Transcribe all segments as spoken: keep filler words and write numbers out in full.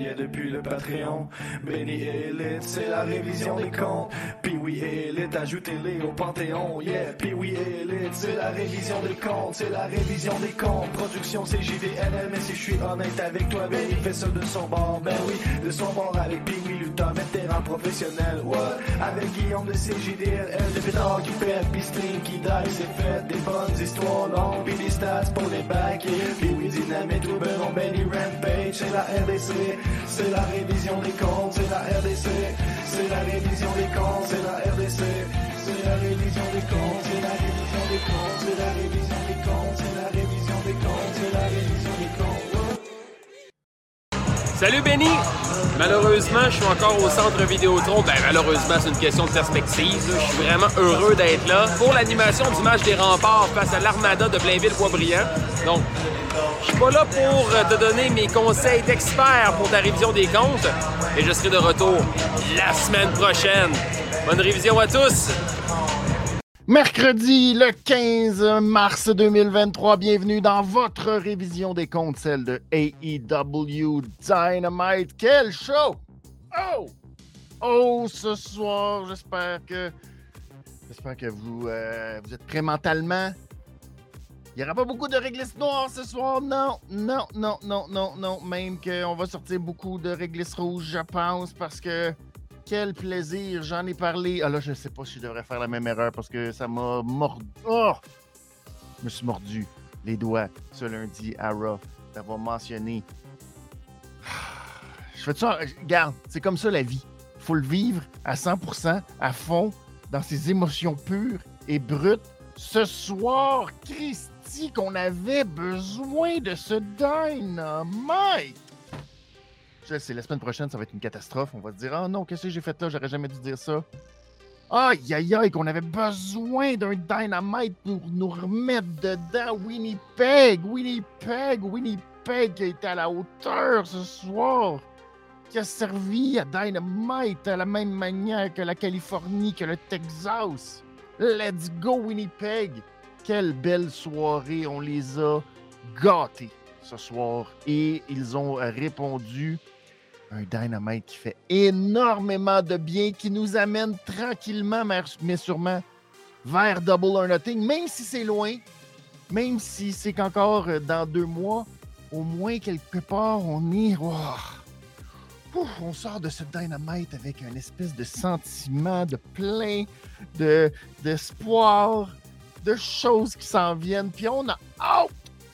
billets depuis le Patreon. Benny et Elite, c'est la révision des comptes. Puis oui, Elite, ajoutez-les au Panthéon. Yeah, puis oui, Elite, c'est la révision des comptes. C'est la révision des comptes. Production C J V N L, mais si je suis honnête avec toi, Benny fait ça de son bord. Ben oui, de son bord avec Puis oui, lutteur, vétéran professionnel. What? Avec Guillaume de C J D L L, des pétards qui pètent, puis stream qui die, c'est fait. Des bonnes histoires longues, puis des stats pour les bacs. Puis oui, Dynamite, Ruben, Benny Rampage, c'est la R D C. C'est la révision des comptes, c'est la R D C. C'est la révision des comptes, c'est la R D C. C'est la révision des comptes, c'est la révision des comptes, c'est la révision des comptes, c'est la révision des comptes, c'est la révision des comptes. Salut Benny! Malheureusement, je suis encore au centre Vidéotron. Ben malheureusement, c'est une question de perspective. Je suis vraiment heureux d'être là pour l'animation du match des Remparts face à l'Armada de Blainville-Boisbriand. Donc, je suis pas là pour te donner mes conseils d'expert pour ta révision des comptes, et je serai de retour la semaine prochaine. Bonne révision à tous! Mercredi, le quinze mars deux mille vingt-trois, bienvenue dans votre révision des comptes, celle de A E W Dynamite. Quel show! Oh! Oh, ce soir, j'espère que j'espère que vous, euh, vous êtes prêts mentalement. Il n'y aura pas beaucoup de réglisses noires ce soir, non, non, non, non, non, non. Même qu'on va sortir beaucoup de réglisses rouges, je pense, parce que quel plaisir, j'en ai parlé. Ah là, je ne sais pas si je devrais faire la même erreur parce que ça m'a mordu. Oh! Je me suis mordu les doigts ce lundi à Raw d'avoir mentionné. Je fais ça, regarde, c'est comme ça la vie. Il faut le vivre à cent pour cent, à fond, dans ses émotions pures et brutes. Ce soir, Christy, qu'on avait besoin de ce Dynamite! Je sais, la semaine prochaine, ça va être une catastrophe. On va se dire, ah oh non, qu'est-ce que j'ai fait là? J'aurais jamais dû dire ça. Aïe, aïe, aïe, qu'on avait besoin d'un Dynamite pour nous remettre dedans. Winnipeg, Winnipeg, Winnipeg qui a été à la hauteur ce soir. Qui a servi à Dynamite à la même manière que la Californie, que le Texas. Let's go, Winnipeg! Quelle belle soirée, on les a gâtés ce soir. Et ils ont répondu. Un Dynamite qui fait énormément de bien, qui nous amène tranquillement, mais sûrement, vers Double or Nothing, même si c'est loin, même si c'est qu'encore dans deux mois, au moins quelque part, on est... Oh, ouf, on sort de ce Dynamite avec un espèce de sentiment de plein de, d'espoir, de choses qui s'en viennent, puis on a hâte!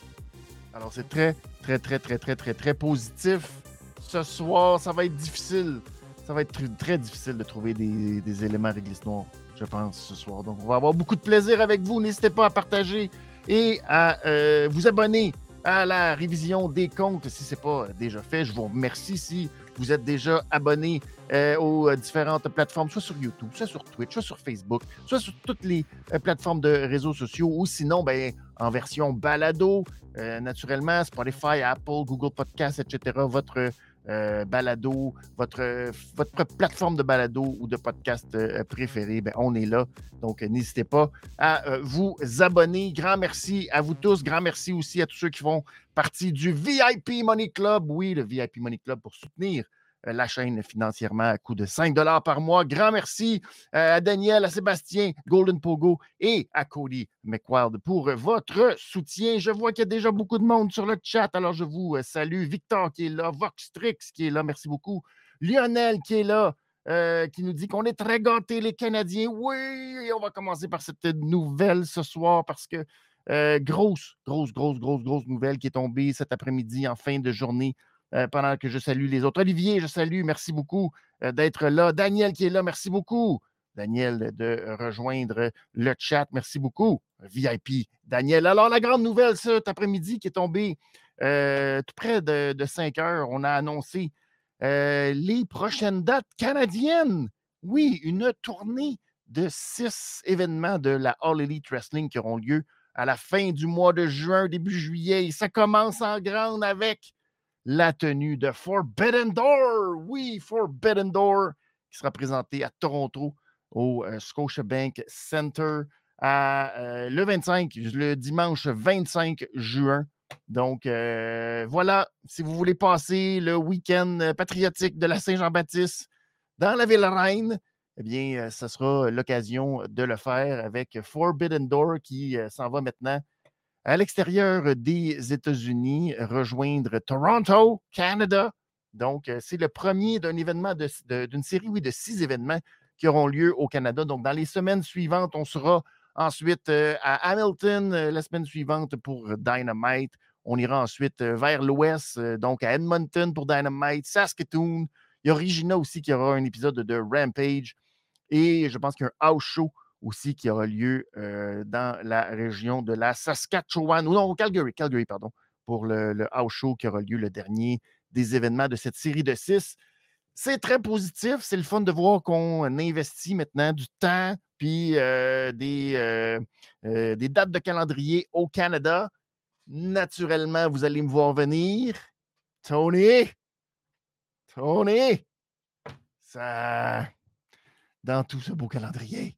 Alors c'est très, très, très, très, très, très, très positif. Ce soir, ça va être difficile. Ça va être très, très difficile de trouver des, des éléments réglisse noirs, je pense, ce soir. Donc, on va avoir beaucoup de plaisir avec vous. N'hésitez pas à partager et à euh, vous abonner à la révision des comptes si ce n'est pas déjà fait. Je vous remercie si vous êtes déjà abonné euh, aux différentes plateformes, soit sur YouTube, soit sur Twitch, soit sur Facebook, soit sur toutes les euh, plateformes de réseaux sociaux, ou sinon, ben, en version balado, euh, naturellement, Spotify, Apple, Google Podcasts, et cetera, votre Euh, balado, votre, euh, votre plateforme de balado ou de podcast euh, préférée, ben, on est là. Donc, euh, n'hésitez pas à euh, vous abonner. Grand merci à vous tous. Grand merci aussi à tous ceux qui font partie du V I P Money Club. Oui, le V I P Money Club pour soutenir euh, la chaîne financièrement à coût de cinq dollars par mois. Grand merci euh, à Daniel, à Sébastien, Golden Pogo et à Cody McWild pour euh, votre soutien. Je vois qu'il y a déjà beaucoup de monde sur le chat, alors je vous euh, salue. Victor qui est là, Voxtrix qui est là, merci beaucoup. Lionel qui est là, euh, qui nous dit qu'on est très gâtés les Canadiens. Oui, et on va commencer par cette nouvelle ce soir parce que euh, grosse, grosse, grosse, grosse, grosse nouvelle qui est tombée cet après-midi en fin de journée. Euh, pendant que je salue les autres. Olivier, je salue, merci beaucoup euh, d'être là. Daniel qui est là, merci beaucoup. Daniel de rejoindre le chat, merci beaucoup. V I P, Daniel. Alors, la grande nouvelle cet après-midi qui est tombée euh, tout près de, de cinq heures, on a annoncé euh, les prochaines dates canadiennes. Oui, une tournée de six événements de la All Elite Wrestling qui auront lieu à la fin du mois de juin, début juillet. Et ça commence en grande avec la tenue de Forbidden Door. Oui, Forbidden Door, qui sera présentée à Toronto, au euh, Scotiabank Center, à, euh, le vingt-cinq, le dimanche vingt-cinq juin. Donc, euh, voilà, si vous voulez passer le week-end patriotique de la Saint-Jean-Baptiste dans la Ville-Reine, eh bien, euh, ce sera l'occasion de le faire avec Forbidden Door qui euh, s'en va maintenant à l'extérieur des États-Unis, rejoindre Toronto, Canada. Donc, euh, c'est le premier d'un événement, de, de, d'une série, oui, de six événements qui auront lieu au Canada. Donc, dans les semaines suivantes, on sera ensuite euh, à Hamilton, euh, la semaine suivante pour Dynamite. On ira ensuite euh, vers l'ouest, euh, donc à Edmonton pour Dynamite, Saskatoon. Il y a Regina aussi qui aura un épisode de Rampage. Et je pense qu'il y a un house show aussi qui aura lieu euh, dans la région de la Saskatchewan, ou non, Calgary, Calgary, pardon, pour le, le house show qui aura lieu le dernier des événements de cette série de six. C'est très positif. C'est le fun de voir qu'on investit maintenant du temps puis euh, des, euh, euh, des dates de calendrier au Canada. Naturellement, vous allez me voir venir. Tony! Tony! Ça... Dans tout ce beau calendrier,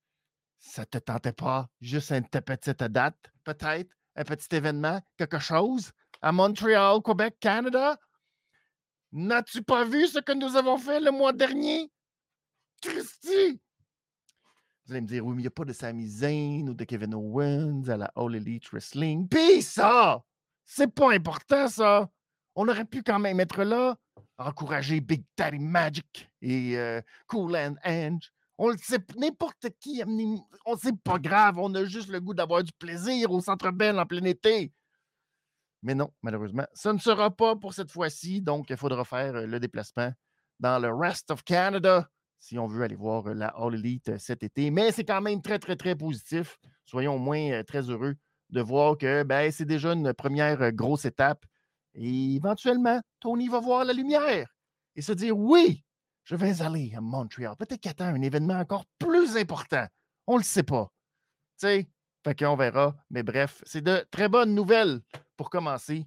ça ne te tentait pas juste une petite date, peut-être, un petit événement, quelque chose, à Montréal, Québec, Canada? N'as-tu pas vu ce que nous avons fait le mois dernier? Christy! Vous allez me dire, oui, mais il n'y a pas de Sami Zayn ou de Kevin Owens à la All Elite Wrestling. Pis ça! C'est pas important, ça! On aurait pu quand même être là, encourager Big Daddy Magic et euh, Cool and Ange. On le sait, n'importe qui, on sait pas grave, on a juste le goût d'avoir du plaisir au Centre Bell en plein été. Mais non, malheureusement, ça ne sera pas pour cette fois-ci, donc il faudra faire le déplacement dans le rest of Canada si on veut aller voir la All Elite cet été. Mais c'est quand même très, très, très positif. Soyons au moins très heureux de voir que ben, c'est déjà une première grosse étape. Et éventuellement, Tony va voir la lumière et se dire, oui, je vais aller à Montréal. Peut-être qu'il attend un événement encore plus important. On ne le sait pas. Tu sais, fait qu'on verra. Mais bref, c'est de très bonnes nouvelles pour commencer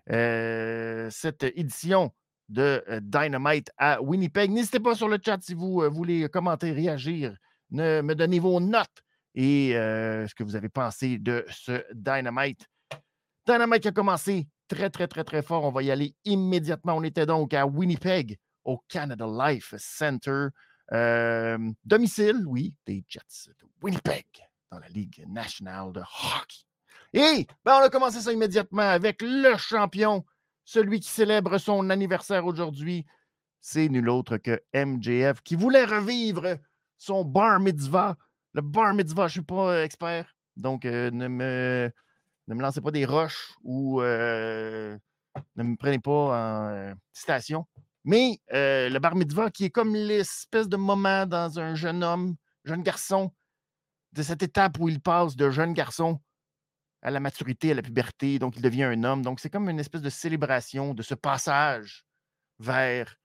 euh, cette édition de euh, Dynamite à Winnipeg. N'hésitez pas sur le chat si vous euh, voulez commenter, réagir, ne, me donner vos notes et euh, ce que vous avez pensé de ce Dynamite. Dynamite qui a commencé très, très, très, très fort. On va y aller immédiatement. On était donc à Winnipeg, au Canada Life Center. Euh, domicile, oui, des Jets de Winnipeg, dans la Ligue nationale de hockey. Et ben, on a commencé ça immédiatement avec le champion, celui qui célèbre son anniversaire aujourd'hui. C'est nul autre que M J F, qui voulait revivre son bar mitzvah. Le bar mitzvah, je ne suis pas expert, donc euh, ne, me, ne me lancez pas des roches ou euh, ne me prenez pas en euh, citation. Mais euh, le bar mitzvah, qui est comme l'espèce de moment dans un jeune homme, jeune garçon, de cette étape où il passe de jeune garçon à la maturité, à la puberté, donc il devient un homme. Donc, c'est comme une espèce de célébration de ce passage vers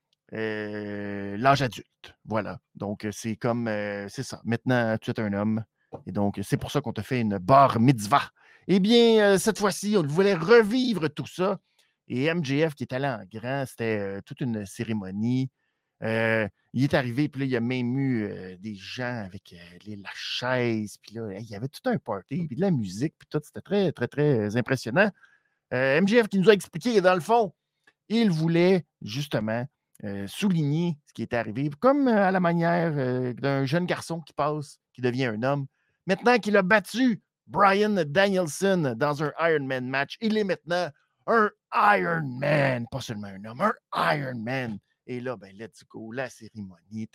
euh, l'âge adulte. Voilà. Donc, c'est comme, euh, c'est ça. Maintenant, tu es un homme. Et donc, c'est pour ça qu'on te fait une bar mitzvah. Eh bien, euh, cette fois-ci, on voulait revivre tout ça. Et M J F, qui est allé en grand, c'était euh, toute une cérémonie. Euh, il est arrivé, puis là, il y a même eu euh, des gens avec euh, les, la chaise, puis là, il y avait tout un party, puis de la musique, puis tout, c'était très, très, très impressionnant. Euh, M J F qui nous a expliqué, dans le fond, il voulait justement euh, souligner ce qui était arrivé, comme euh, à la manière euh, d'un jeune garçon qui passe, qui devient un homme. Maintenant qu'il a battu Bryan Danielson dans un Iron Man match, il est maintenant un Iron Man, pas seulement un homme, un Iron Man. Et là, ben, let's go, la cérémonie.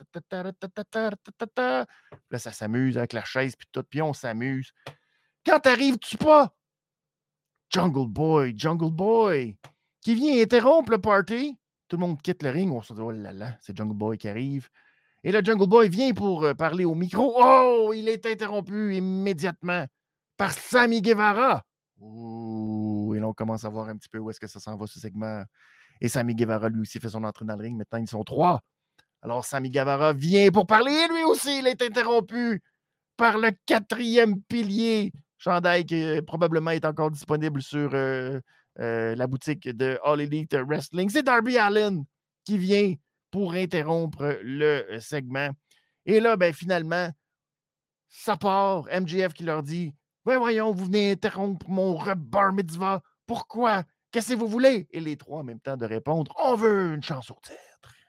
Là, ça s'amuse avec la chaise, puis tout, puis on s'amuse. Quand t'arrives-tu pas? Jungle Boy, Jungle Boy, qui vient interrompre le party. Tout le monde quitte le ring. On se dit, oh là là, c'est Jungle Boy qui arrive. Et le Jungle Boy vient pour parler au micro. Oh, il est interrompu immédiatement par Sammy Guevara. Ouh, et là, on commence à voir un petit peu où est-ce que ça s'en va, ce segment. Et Sammy Guevara, lui aussi, fait son entrée dans le ring. Maintenant, ils sont trois. Alors, Sammy Guevara vient pour parler. Et lui aussi, il est interrompu par le quatrième pilier. Chandail qui euh, probablement est encore disponible sur euh, euh, la boutique de All Elite Wrestling. C'est Darby Allin qui vient pour interrompre le segment. Et là, ben, finalement, ça part. M J F qui leur dit Ben voyons, vous venez interrompre mon bar mitzvah. Pourquoi? Qu'est-ce que vous voulez? Et les trois en même temps de répondre, on veut une chance au titre.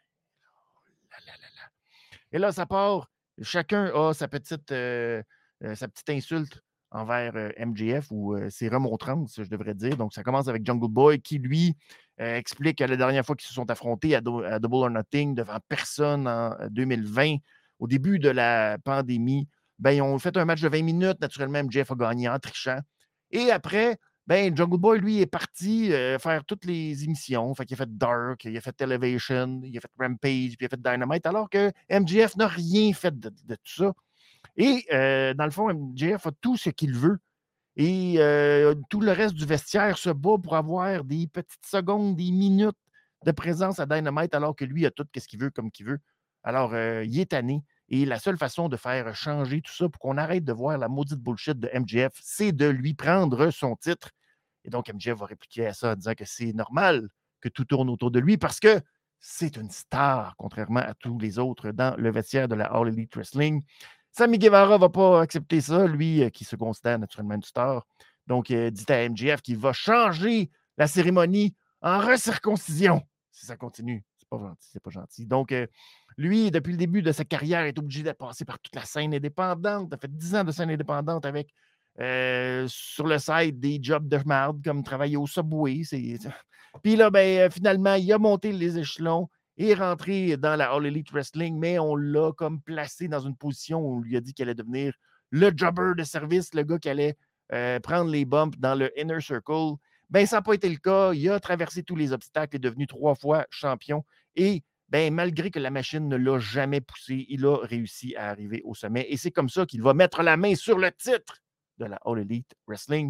Là, là, là, là. Et là, ça part. Chacun a sa petite, euh, euh, sa petite insulte envers euh, M J F ou euh, ses remontrances, je devrais dire. Donc, ça commence avec Jungle Boy qui, lui, euh, explique que la dernière fois qu'ils se sont affrontés à, Do- à Double or Nothing devant personne en deux mille vingt, au début de la pandémie, ben, ils ont fait un match de vingt minutes. Naturellement, M J F a gagné en trichant. Et après, ben, Jungle Boy, lui, est parti euh, faire toutes les émissions. Fait qu'il a fait Dark, il a fait Elevation, il a fait Rampage, puis il a fait Dynamite, alors que M J F n'a rien fait de, de tout ça. Et euh, dans le fond, M J F a tout ce qu'il veut. Et euh, tout le reste du vestiaire se bat pour avoir des petites secondes, des minutes de présence à Dynamite, alors que lui a tout ce qu'il veut comme qu'il veut. Alors, euh, il est tanné. Et la seule façon de faire changer tout ça pour qu'on arrête de voir la maudite bullshit de M J F, c'est de lui prendre son titre. Et donc, M J F va répliquer à ça en disant que c'est normal que tout tourne autour de lui parce que c'est une star, contrairement à tous les autres dans le vestiaire de la All Elite Wrestling. Sammy Guevara ne va pas accepter ça, lui euh, qui se considère naturellement une star. Donc, il dit à M J F qu'il va changer la cérémonie en recirconcision si ça continue. C'est pas gentil, c'est pas gentil. Donc, euh, lui, depuis le début de sa carrière, est obligé de passer par toute la scène indépendante. Il a fait dix ans de scène indépendante avec, euh, sur le site, des jobs de merde, comme travailler au Subway. C'est... Puis là, ben, finalement, il a monté les échelons et est rentré dans la All Elite Wrestling, mais on l'a comme placé dans une position où on lui a dit qu'elle allait devenir le jobber de service, le gars qui allait euh, prendre les bumps dans le Inner Circle. Ben, ça n'a pas été le cas. Il a traversé tous les obstacles, est devenu trois fois champion et ben, malgré que la machine ne l'a jamais poussé, il a réussi à arriver au sommet. Et c'est comme ça qu'il va mettre la main sur le titre de la All Elite Wrestling.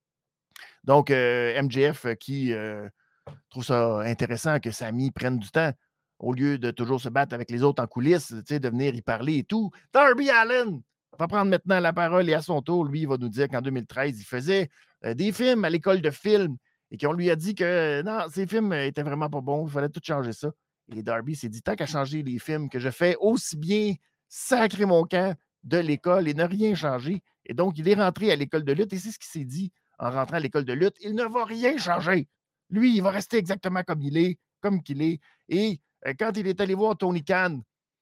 Donc, euh, M J F qui euh, trouve ça intéressant que Sammy prenne du temps au lieu de toujours se battre avec les autres en coulisses, de venir y parler et tout. Darby Allin va prendre maintenant la parole et à son tour, lui, il va nous dire qu'en deux mille treize, il faisait euh, des films à l'école de film et qu'on lui a dit que euh, non, ces films étaient vraiment pas bons, il fallait tout changer ça. Et Darby s'est dit, tant qu'à changer les films que je fais, aussi bien sacrer mon camp de l'école et ne rien changer. Et donc, il est rentré à l'école de lutte et c'est ce qu'il s'est dit en rentrant à l'école de lutte. Il ne va rien changer. Lui, il va rester exactement comme il est, comme qu'il est. Et euh, quand il est allé voir Tony Khan,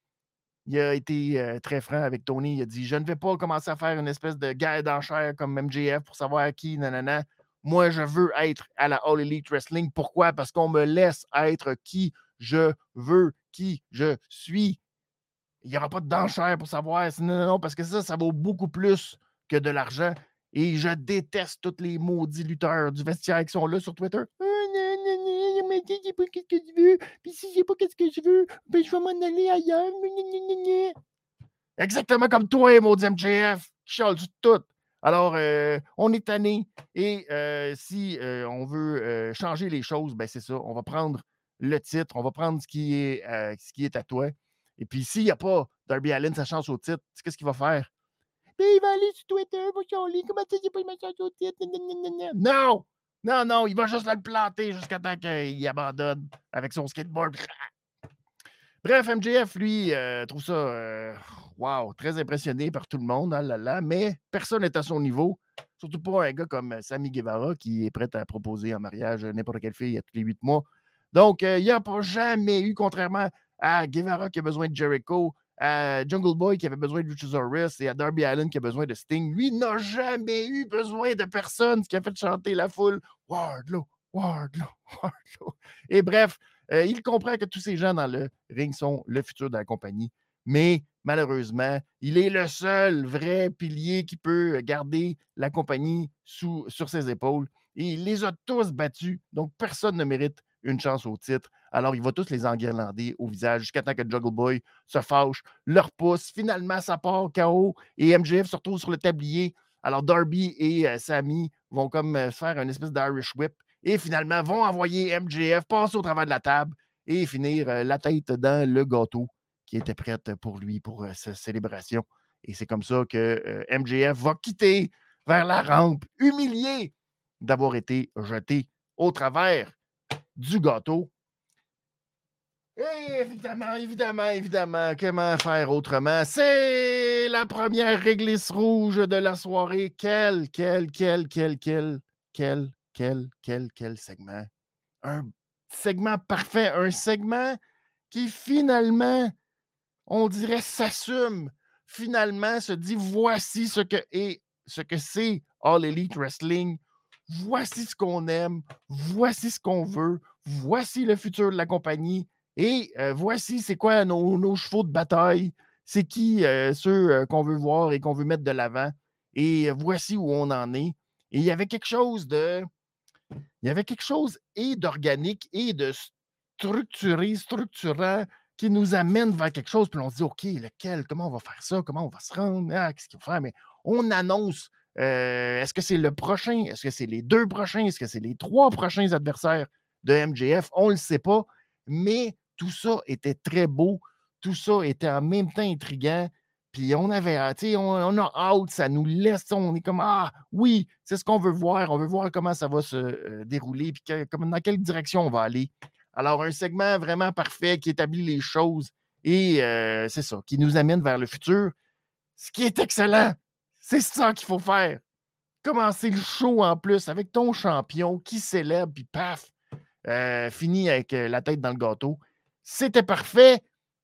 il a été euh, très franc avec Tony. Il a dit, je ne vais pas commencer à faire une espèce de guerre d'enchères comme M J F pour savoir qui, nanana. Moi, je veux être à la All Elite Wrestling. Pourquoi? Parce qu'on me laisse être qui je veux, qui je suis. Il n'y aura pas d'enchères pour savoir. Non, non, non, parce que ça, ça vaut beaucoup plus que de l'argent. Et je déteste tous les maudits lutteurs du vestiaire qui sont là sur Twitter. Oh, non, non, non, mais dis pas qu'est-ce que je veux. Puis si j'ai pas qu'est-ce que je veux, ben je vais m'en aller ailleurs. Exactement comme toi, maudit M J F, qui chiale du tout. Alors, euh, on est tanné. Et euh, si euh, on veut euh, changer les choses, ben c'est ça. On va prendre le titre, on va prendre ce qui est, euh, ce qui est à toi. Et puis, s'il n'y a pas Darby Allin sa chance au titre, qu'est-ce qu'il va faire? Ben, il va aller sur Twitter, il va chialer. Comment ça, j'ai pas eu ma chance au titre? Non! Non, non, il va juste le planter jusqu'à temps qu'il abandonne avec son skateboard. Bref, M J F, lui, euh, trouve ça euh, wow, très impressionné par tout le monde, ah là, là, mais personne n'est à son niveau. Surtout pas un gars comme Sammy Guevara qui est prêt à proposer en mariage n'importe quelle fille à tous les huit mois. Donc, euh, il n'y a pas jamais eu, contrairement à Guevara qui a besoin de Jericho, à Jungle Boy qui avait besoin de Luchasaurus et à Darby Allin qui a besoin de Sting. Lui n'a jamais eu besoin de personne, ce qui a fait chanter la foule Wardlow, Wardlow, Wardlow. Et bref, euh, il comprend que tous ces gens dans le ring sont le futur de la compagnie, mais malheureusement, il est le seul vrai pilier qui peut garder la compagnie sous, sur ses épaules. Et il les a tous battus, donc personne ne mérite une chance au titre. Alors, il va tous les enguirlander au visage jusqu'à temps que Jungle Boy se fâche, leur pousse. Finalement, ça part K O et M J F se retrouve sur le tablier. Alors, Darby et euh, Sammy vont comme euh, faire une espèce d'Irish whip et finalement vont envoyer M J F passer au travers de la table et finir euh, la tête dans le gâteau qui était prête pour lui, pour euh, cette célébration. Et c'est comme ça que euh, M J F va quitter vers la rampe, humilié d'avoir été jeté au travers du gâteau. Et évidemment, évidemment, évidemment, comment faire autrement? C'est la première réglisse rouge de la soirée. Quel, quel, quel, quel, quel, quel, quel, quel, quel segment? Un segment parfait, un segment qui finalement, on dirait, s'assume. Finalement, se dit voici ce que est, ce que c'est All Elite Wrestling. Voici ce qu'on aime, voici ce qu'on veut, voici le futur de la compagnie et euh, voici c'est quoi nos, nos chevaux de bataille, c'est qui euh, ceux euh, qu'on veut voir et qu'on veut mettre de l'avant et euh, voici où on en est. Et il y avait quelque chose de, il y avait quelque chose et d'organique et de structuré, structurant qui nous amène vers quelque chose. Puis on se dit, OK, lequel? Comment on va faire ça? Comment on va se rendre? Ah, qu'est-ce qu'il faut faire? Mais on annonce. Euh, est-ce que c'est le prochain? Est-ce que c'est les deux prochains? Est-ce que c'est les trois prochains adversaires de M J F? On ne le sait pas. Mais tout ça était très beau. Tout ça était en même temps intriguant. Puis on avait, tu sais, on, on a hâte, ça nous laisse, on est comme, ah oui, c'est ce qu'on veut voir. On veut voir comment ça va se euh, dérouler, puis que, comme, dans quelle direction on va aller. Alors, un segment vraiment parfait qui établit les choses et euh, c'est ça, qui nous amène vers le futur. Ce qui est excellent, c'est ça qu'il faut faire. Commencer le show en plus avec ton champion qui célèbre, puis paf, euh, fini avec euh, la tête dans le gâteau. C'était parfait.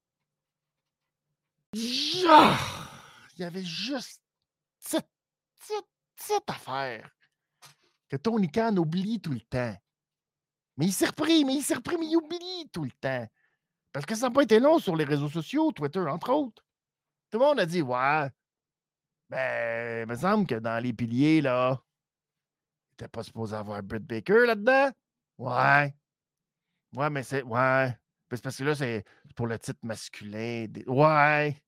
Ah! Il y avait juste cette, cette, cette affaire que Tony Khan oublie tout le temps. Mais il s'est repris, mais il s'est repris, mais il oublie tout le temps. Parce que ça n'a pas été long sur les réseaux sociaux, Twitter, entre autres. Tout le monde a dit, ouais, ben, il me semble que dans les piliers, là, il n'était pas supposé avoir Britt Baker là-dedans. Ouais. Ouais, mais c'est. Ouais. C'est parce que là, c'est pour le titre masculin. Ouais.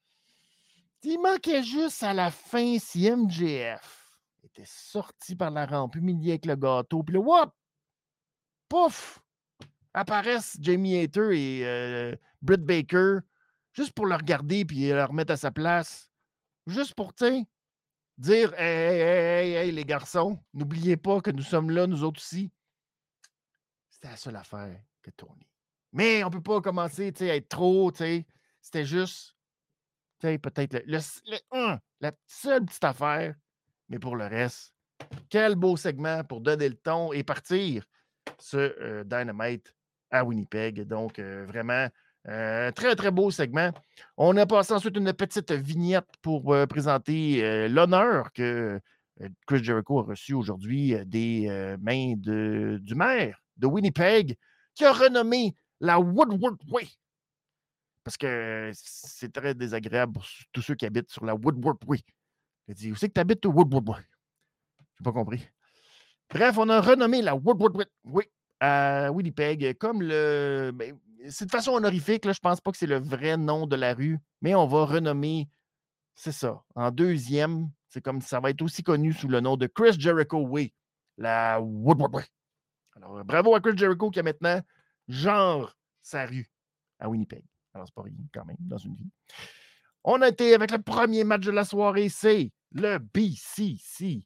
Il manquait juste à la fin si M J F était sorti par la rampe, humilié avec le gâteau, puis là, whoop! Pouf! Apparaissent Jamie Hayter et euh, Britt Baker juste pour le regarder puis le remettre à sa place. Juste pour, tu sais, dire hey, hey, hey, hey, les garçons, n'oubliez pas que nous sommes là, nous autres aussi. C'était la seule affaire que Tony. Mais on ne peut pas commencer à être trop, tu sais. C'était juste, tu sais, peut-être le, le, le, hum, la seule petite affaire. Mais pour le reste, quel beau segment pour donner le ton et partir ce euh, Dynamite à Winnipeg. Donc, euh, vraiment, euh, très, très beau segment. On a passé ensuite une petite vignette pour euh, présenter euh, l'honneur que euh, Chris Jericho a reçu aujourd'hui euh, des euh, mains de, du maire de Winnipeg, qui a renommé la Woodward Way. Parce que c'est très désagréable pour tous ceux qui habitent sur la Woodward Way. Il a dit, où c'est que tu habites, Woodward Way? Je n'ai pas compris. Bref, on a renommé la Woodward Way à Winnipeg comme le... Ben, c'est de façon honorifique, là, je ne pense pas que c'est le vrai nom de la rue, mais on va renommer, c'est ça, en deuxième, c'est comme ça va être aussi connu sous le nom de Chris Jericho Way, la Woodward Way. Alors, bravo à Chris Jericho qui a maintenant genre sa rue à Winnipeg. Alors, c'est pas rien quand même dans une vie. On a été avec le premier match de la soirée, c'est le B C C.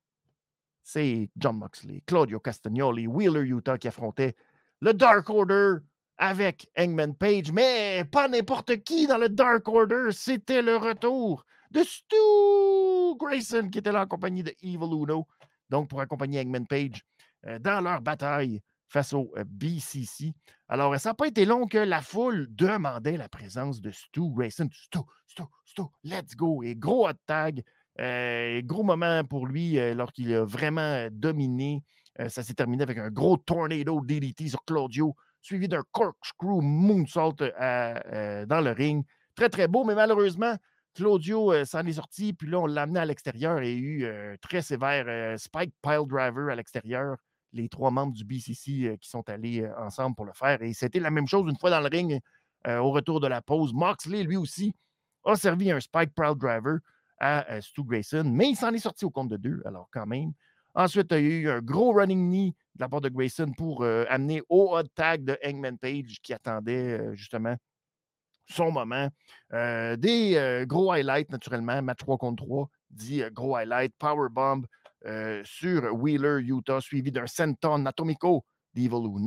C'est Jon Moxley, Claudio Castagnoli, Wheeler Yuta qui affrontaient le Dark Order avec Hangman Page, mais pas n'importe qui dans le Dark Order. C'était le retour de Stu Grayson qui était là en compagnie de Evil Uno, donc pour accompagner Hangman Page euh, dans leur bataille face au euh, B C C. Alors, ça n'a pas été long que la foule demandait la présence de Stu Grayson. Stu, Stu, Stu, let's go! Et gros hot tag. Euh, gros moment pour lui euh, lorsqu'il a vraiment dominé. Euh, ça s'est terminé avec un gros tornado D D T sur Claudio, suivi d'un corkscrew moonsault euh, euh, dans le ring. Très, très beau, mais malheureusement, Claudio euh, s'en est sorti, puis là, on l'a amené à l'extérieur et a eu euh, très sévère euh, Spike Pile Driver à l'extérieur. Les trois membres du B C C euh, qui sont allés euh, ensemble pour le faire. Et c'était la même chose une fois dans le ring euh, au retour de la pause. Moxley, lui aussi, a servi un Spike Pile Driver à euh, Stu Grayson, mais il s'en est sorti au compte de deux, alors quand même. Ensuite, il y a eu un gros running knee de la part de Grayson pour euh, amener au hot tag de Hangman Page qui attendait euh, justement son moment. Euh, des euh, gros highlights, naturellement, match trois contre trois, dit euh, gros highlight, powerbomb euh, sur Wheeler Yuta, suivi d'un senton Atomico d'Evil Uno.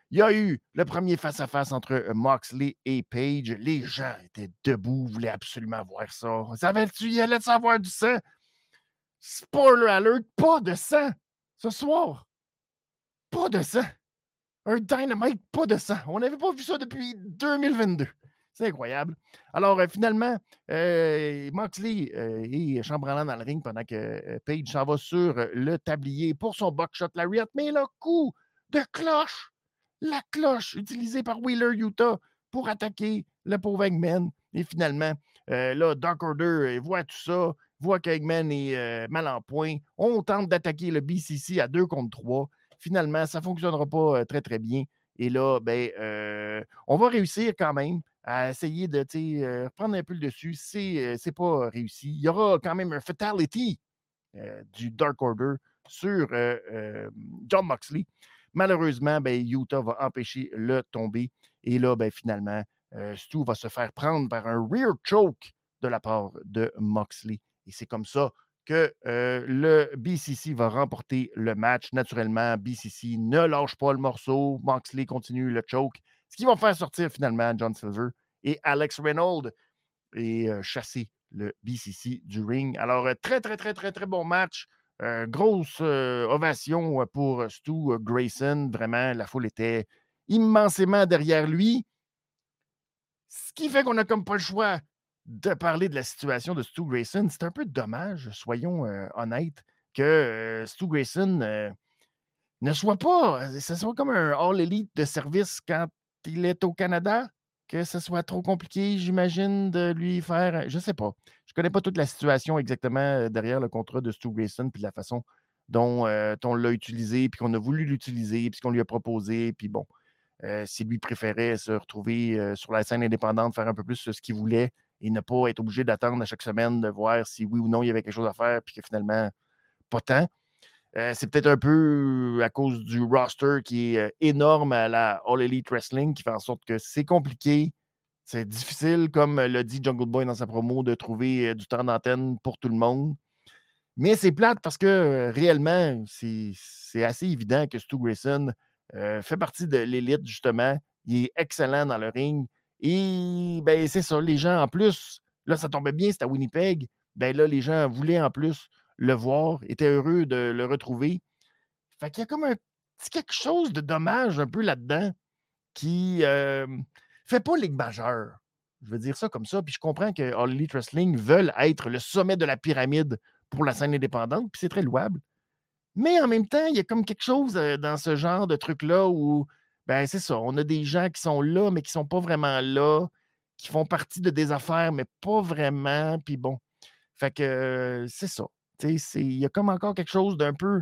Il y a eu le premier face-à-face entre Moxley et Page. Les gens étaient debout, voulaient absolument voir ça. Savais-tu, il allait savoir du sang? Spoiler alert, pas de sang ce soir. Pas de sang. Un Dynamite, pas de sang. On n'avait pas vu ça depuis deux mille vingt-deux. C'est incroyable. Alors, euh, finalement, euh, Moxley euh, est chambranlant dans le ring pendant que euh, Page s'en va sur le tablier pour son buckshot Lariat. Mais le coup de cloche, la cloche utilisée par Wheeler Yuta pour attaquer le pauvre Eggman. Et finalement, euh, là, Dark Order voit tout ça, voit qu'Eggman est euh, mal en point. On tente d'attaquer le B C C à deux contre trois. Finalement, ça ne fonctionnera pas euh, très, très bien. Et là, ben, euh, on va réussir quand même à essayer de euh, reprendre un peu le dessus. C'est euh, c'est pas réussi. Il y aura quand même un fatality euh, du Dark Order sur euh, euh, Jon Moxley. Malheureusement, ben, Yuta va empêcher le tomber. Et là, ben, finalement, euh, Stu va se faire prendre par un rear choke de la part de Moxley. Et c'est comme ça que euh, le B C C va remporter le match. Naturellement, B C C ne lâche pas le morceau. Moxley continue le choke, ce qui va faire sortir finalement John Silver et Alex Reynolds et euh, chasser le B C C du ring. Alors, euh, très, très, très, très, très bon match. Euh, grosse euh, ovation pour Stu Grayson. Vraiment, la foule était immensément derrière lui. Ce qui fait qu'on n'a comme pas le choix de parler de la situation de Stu Grayson. C'est un peu dommage, soyons euh, honnêtes, que euh, Stu Grayson euh, ne soit pas, ce soit comme un All-Elite de service quand il est au Canada, que ce soit trop compliqué, j'imagine, de lui faire, je ne sais pas. Je ne connais pas toute la situation exactement derrière le contrat de Stu Grayson, puis de la façon dont euh, on l'a utilisé, puis qu'on a voulu l'utiliser, puis qu'on lui a proposé, puis bon. Euh, si lui préférait se retrouver euh, sur la scène indépendante, faire un peu plus ce qu'il voulait et ne pas être obligé d'attendre à chaque semaine de voir si oui ou non il y avait quelque chose à faire, puis que finalement, pas tant. Euh, c'est peut-être un peu à cause du roster qui est euh, énorme à la All Elite Wrestling, qui fait en sorte que c'est compliqué, c'est difficile, comme l'a dit Jungle Boy dans sa promo, de trouver euh, du temps d'antenne pour tout le monde. Mais c'est plate parce que euh, réellement, c'est, c'est assez évident que Stu Grayson euh, fait partie de l'élite, justement. Il est excellent dans le ring. Et ben, c'est ça, les gens en plus, là, ça tombait bien, c'était à Winnipeg. Ben là, les gens voulaient en plus le voir, étaient heureux de le retrouver. Fait qu'il y a comme un petit quelque chose de dommage un peu là-dedans qui euh, fait pas ligue majeure. Je veux dire ça comme ça. Puis je comprends que All Elite Wrestling veulent être le sommet de la pyramide pour la scène indépendante, puis c'est très louable. Mais en même temps, il y a comme quelque chose euh, dans ce genre de truc-là où, ben c'est ça, on a des gens qui sont là, mais qui ne sont pas vraiment là, qui font partie de des affaires, mais pas vraiment, puis bon. Fait que euh, c'est ça. Tu sais, il y a comme encore quelque chose d'un peu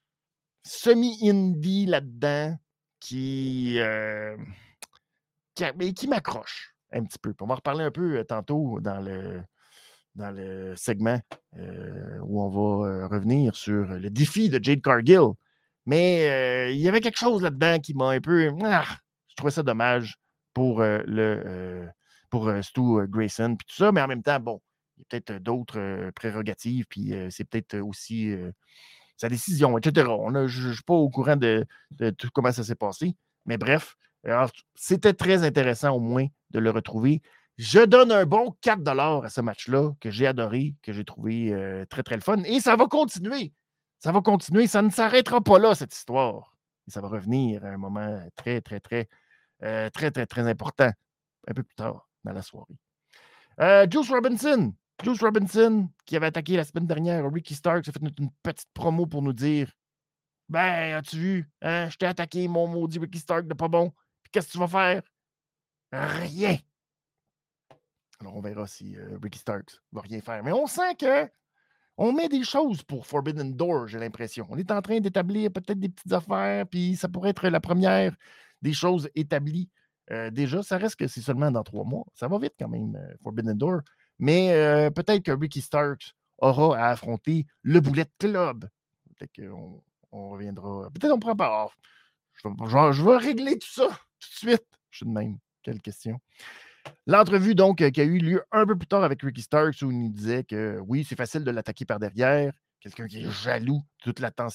semi-indie là-dedans qui, euh, qui, mais qui m'accroche un petit peu. Puis on va reparler un peu euh, tantôt dans le, dans le segment euh, où on va euh, revenir sur le défi de Jade Cargill. Mais euh, il y avait quelque chose là-dedans qui m'a un peu... Ah, je trouvais ça dommage pour euh, le euh, pour euh, Stu Grayson puis tout ça, mais en même temps, bon, il y a peut-être d'autres euh, prérogatives, puis euh, c'est peut-être aussi euh, sa décision, et cetera. On a, je ne suis pas au courant de, de tout comment ça s'est passé, mais bref, alors, c'était très intéressant au moins de le retrouver. Je donne un bon quatre dollars à ce match-là que j'ai adoré, que j'ai trouvé euh, très, très le fun. Et ça va continuer. Ça va continuer. Ça ne s'arrêtera pas là, cette histoire. Et ça va revenir à un moment très, très, très, euh, très, très, très important un peu plus tard dans la soirée. Euh, Juice Robinson. Juice Robinson, qui avait attaqué la semaine dernière Ricky Starks, a fait une petite promo pour nous dire ben, as-tu vu, hein, je t'ai attaqué, mon maudit Ricky Stark de pas bon. Puis qu'est-ce que tu vas faire? Rien. Alors, on verra si euh, Ricky Starks va rien faire. Mais on sent que on met des choses pour Forbidden Door, j'ai l'impression. On est en train d'établir peut-être des petites affaires, puis ça pourrait être la première des choses établies. Euh, déjà, ça reste que c'est seulement dans trois mois. Ça va vite quand même, euh, Forbidden Door. Mais euh, peut-être que Ricky Starks aura à affronter le Bullet Club. Peut-être qu'on on reviendra. Peut-être qu'on prend pas. Oh, je, je, je vais régler tout ça tout de suite. Je suis de même. Quelle question. L'entrevue, donc, qui a eu lieu un peu plus tard avec Ricky Starks, où il nous disait que oui, c'est facile de l'attaquer par derrière. Quelqu'un qui est jaloux de toute l'attention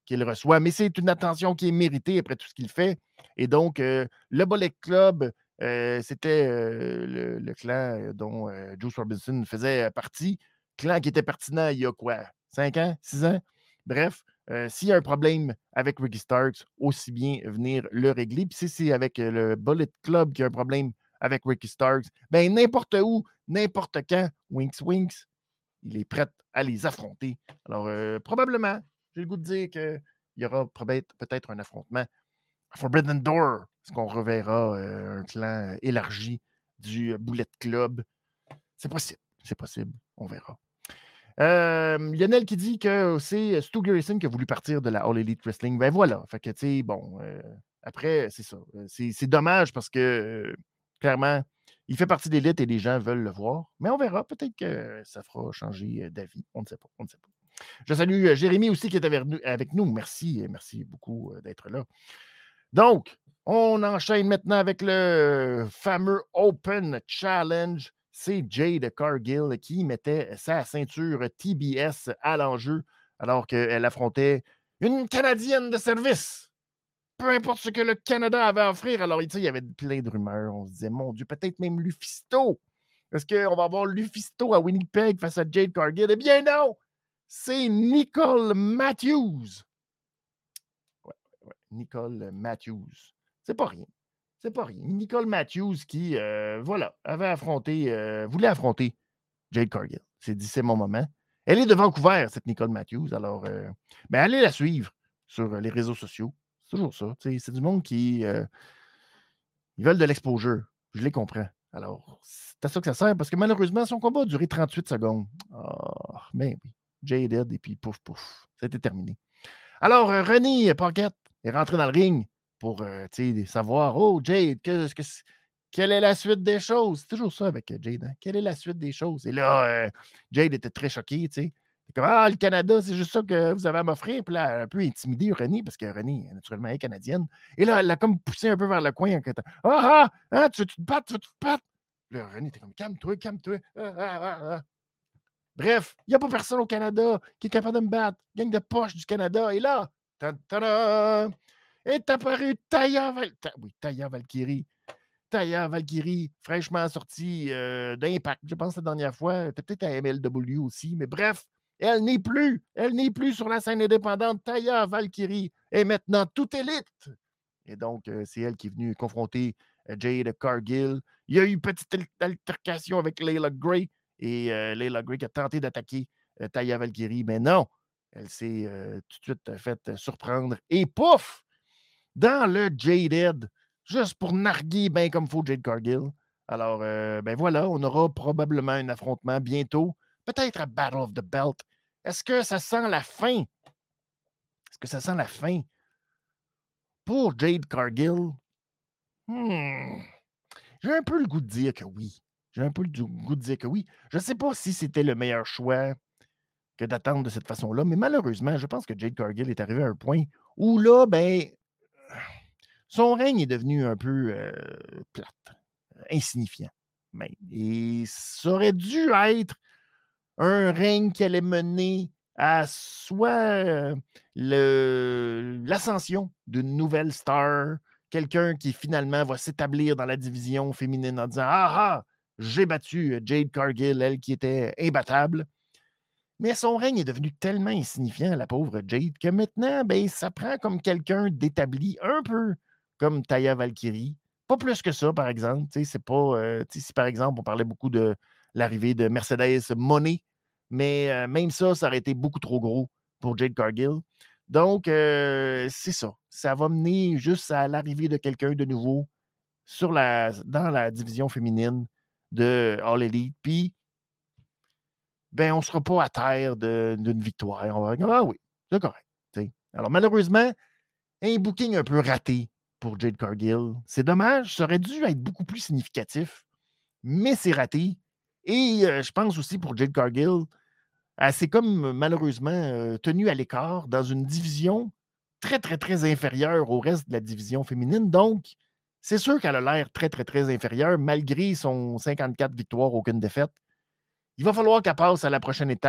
qu'il reçoit, mais c'est une attention qui est méritée après tout ce qu'il fait. Et donc, euh, le Bullet Club, euh, c'était euh, le, le clan dont euh, Juice Robinson faisait partie. Clan qui était pertinent il y a quoi? cinq ans? six ans? Bref, euh, s'il y a un problème avec Ricky Starks, aussi bien venir le régler. Puis si c'est avec euh, le Bullet Club qui a un problème avec Ricky Starks, ben n'importe où, n'importe quand, Winks Winks, il est prêt à les affronter. Alors, euh, probablement, j'ai le goût de dire qu'il y aura peut-être un affrontement à Forbidden Door. Est-ce qu'on reverra euh, un clan élargi du Bullet Club? C'est possible. C'est possible. On verra. Euh, Lionel qui dit que c'est Stu Garrison qui a voulu partir de la All Elite Wrestling. Ben voilà. Fait que, tu sais, bon, euh, après, c'est ça. C'est, c'est dommage parce que, euh, clairement, il fait partie d'élite et les gens veulent le voir. Mais on verra. Peut-être que ça fera changer d'avis. On ne sait pas. On ne sait pas. Je salue Jérémy aussi qui est avec nous. Merci. Merci beaucoup d'être là. Donc, on enchaîne maintenant avec le fameux Open Challenge. C'est Jade Cargill qui mettait sa ceinture T B S à l'enjeu alors qu'elle affrontait une Canadienne de service. Peu importe ce que le Canada avait à offrir. Alors, il y avait plein de rumeurs. On se disait, mon Dieu, peut-être même Lufisto. Est-ce qu'on va avoir Lufisto à Winnipeg face à Jade Cargill? Eh bien non! C'est Nicole Matthews. Ouais, ouais, Nicole Matthews. C'est pas rien. C'est pas rien. Nicole Matthews qui, euh, voilà, avait affronté, euh, voulait affronter Jade Cargill. C'est dit, c'est mon moment. Elle est de Vancouver, cette Nicole Matthews. Alors, euh, ben, allez la suivre sur les réseaux sociaux. C'est toujours ça. C'est du monde qui euh, ils veulent de l'exposure. Je les comprends. Alors, c'est à ça que ça sert parce que malheureusement, son combat a duré trente-huit secondes. Oh, ben oui. Jaded et puis pouf, pouf. C'était terminé. Alors, euh, René Paquette est rentré dans le ring pour euh, savoir, oh, Jade, que, que, quelle est la suite des choses? C'est toujours ça avec Jade. Hein? Quelle est la suite des choses? Et là, euh, Jade était très choquée, tu sais. Comme, ah, le Canada, c'est juste ça que vous avez à m'offrir. Puis là, un peu intimidée, René, parce que René, naturellement, est canadienne. Et là, elle l'a comme poussé un peu vers le coin. Ah, ah, ah, tu veux te battre, tu veux te battre? Là, René était comme, calme-toi, calme-toi. Ah, ah, ah, ah. Bref, il n'y a pas personne au Canada qui est capable de me battre. Gang de poche du Canada. Et là, ta-ta-da, est apparu Taya, Val... oui, Taya Valkyrie. Taya Valkyrie, fraîchement sortie euh, d'Impact. Je pense que la dernière fois, peut-être à M L W aussi. Mais bref, elle n'est plus. Elle n'est plus sur la scène indépendante. Taya Valkyrie est maintenant toute élite. Et donc, euh, c'est elle qui est venue confronter euh, Jade Cargill. Il y a eu une petite altercation avec Layla Gray. Et euh, Layla Gray qui a tenté d'attaquer euh, Taya Valkyrie, mais non, elle s'est euh, tout de suite euh, fait euh, surprendre. Et pouf! Dans le Jaded, juste pour narguer bien comme il faut Jade Cargill. Alors, euh, ben voilà, on aura probablement un affrontement bientôt, peut-être à Battle of the Belt. Est-ce que ça sent la fin? Est-ce que ça sent la fin pour Jade Cargill? Hmm. J'ai un peu le goût de dire que oui. J'ai un peu le goût de dire que oui. Je ne sais pas si c'était le meilleur choix que d'attendre de cette façon-là, mais malheureusement, je pense que Jade Cargill est arrivé à un point où là, ben, son règne est devenu un peu euh, plate, insignifiant même. Et ça aurait dû être un règne qui allait mener à soit le, l'ascension d'une nouvelle star, quelqu'un qui finalement va s'établir dans la division féminine en disant « Ah ah! J'ai battu Jade Cargill, elle qui était imbattable. » Mais son règne est devenu tellement insignifiant, la pauvre Jade, que maintenant, ben, ça prend comme quelqu'un d'établi, un peu comme Taya Valkyrie. Pas plus que ça, par exemple. C'est pas, euh, si, par exemple, on parlait beaucoup de l'arrivée de Mercedes Moné, mais euh, même ça, ça aurait été beaucoup trop gros pour Jade Cargill. Donc, euh, c'est ça. Ça va mener juste à l'arrivée de quelqu'un de nouveau sur la, dans la division féminine de All Elite. Puis, ben, on ne sera pas à terre de, d'une victoire. On va dire, ah oui, c'est correct. T'sais. Alors, malheureusement, un booking un peu raté pour Jade Cargill. C'est dommage, ça aurait dû être beaucoup plus significatif, mais c'est raté. Et euh, je pense aussi pour Jade Cargill, elle s'est comme malheureusement euh, tenue à l'écart dans une division très, très, très inférieure au reste de la division féminine. Donc, c'est sûr qu'elle a l'air très, très, très inférieure, malgré son cinquante-quatre victoires, aucune défaite. Il va falloir qu'elle passe à la prochaine étape,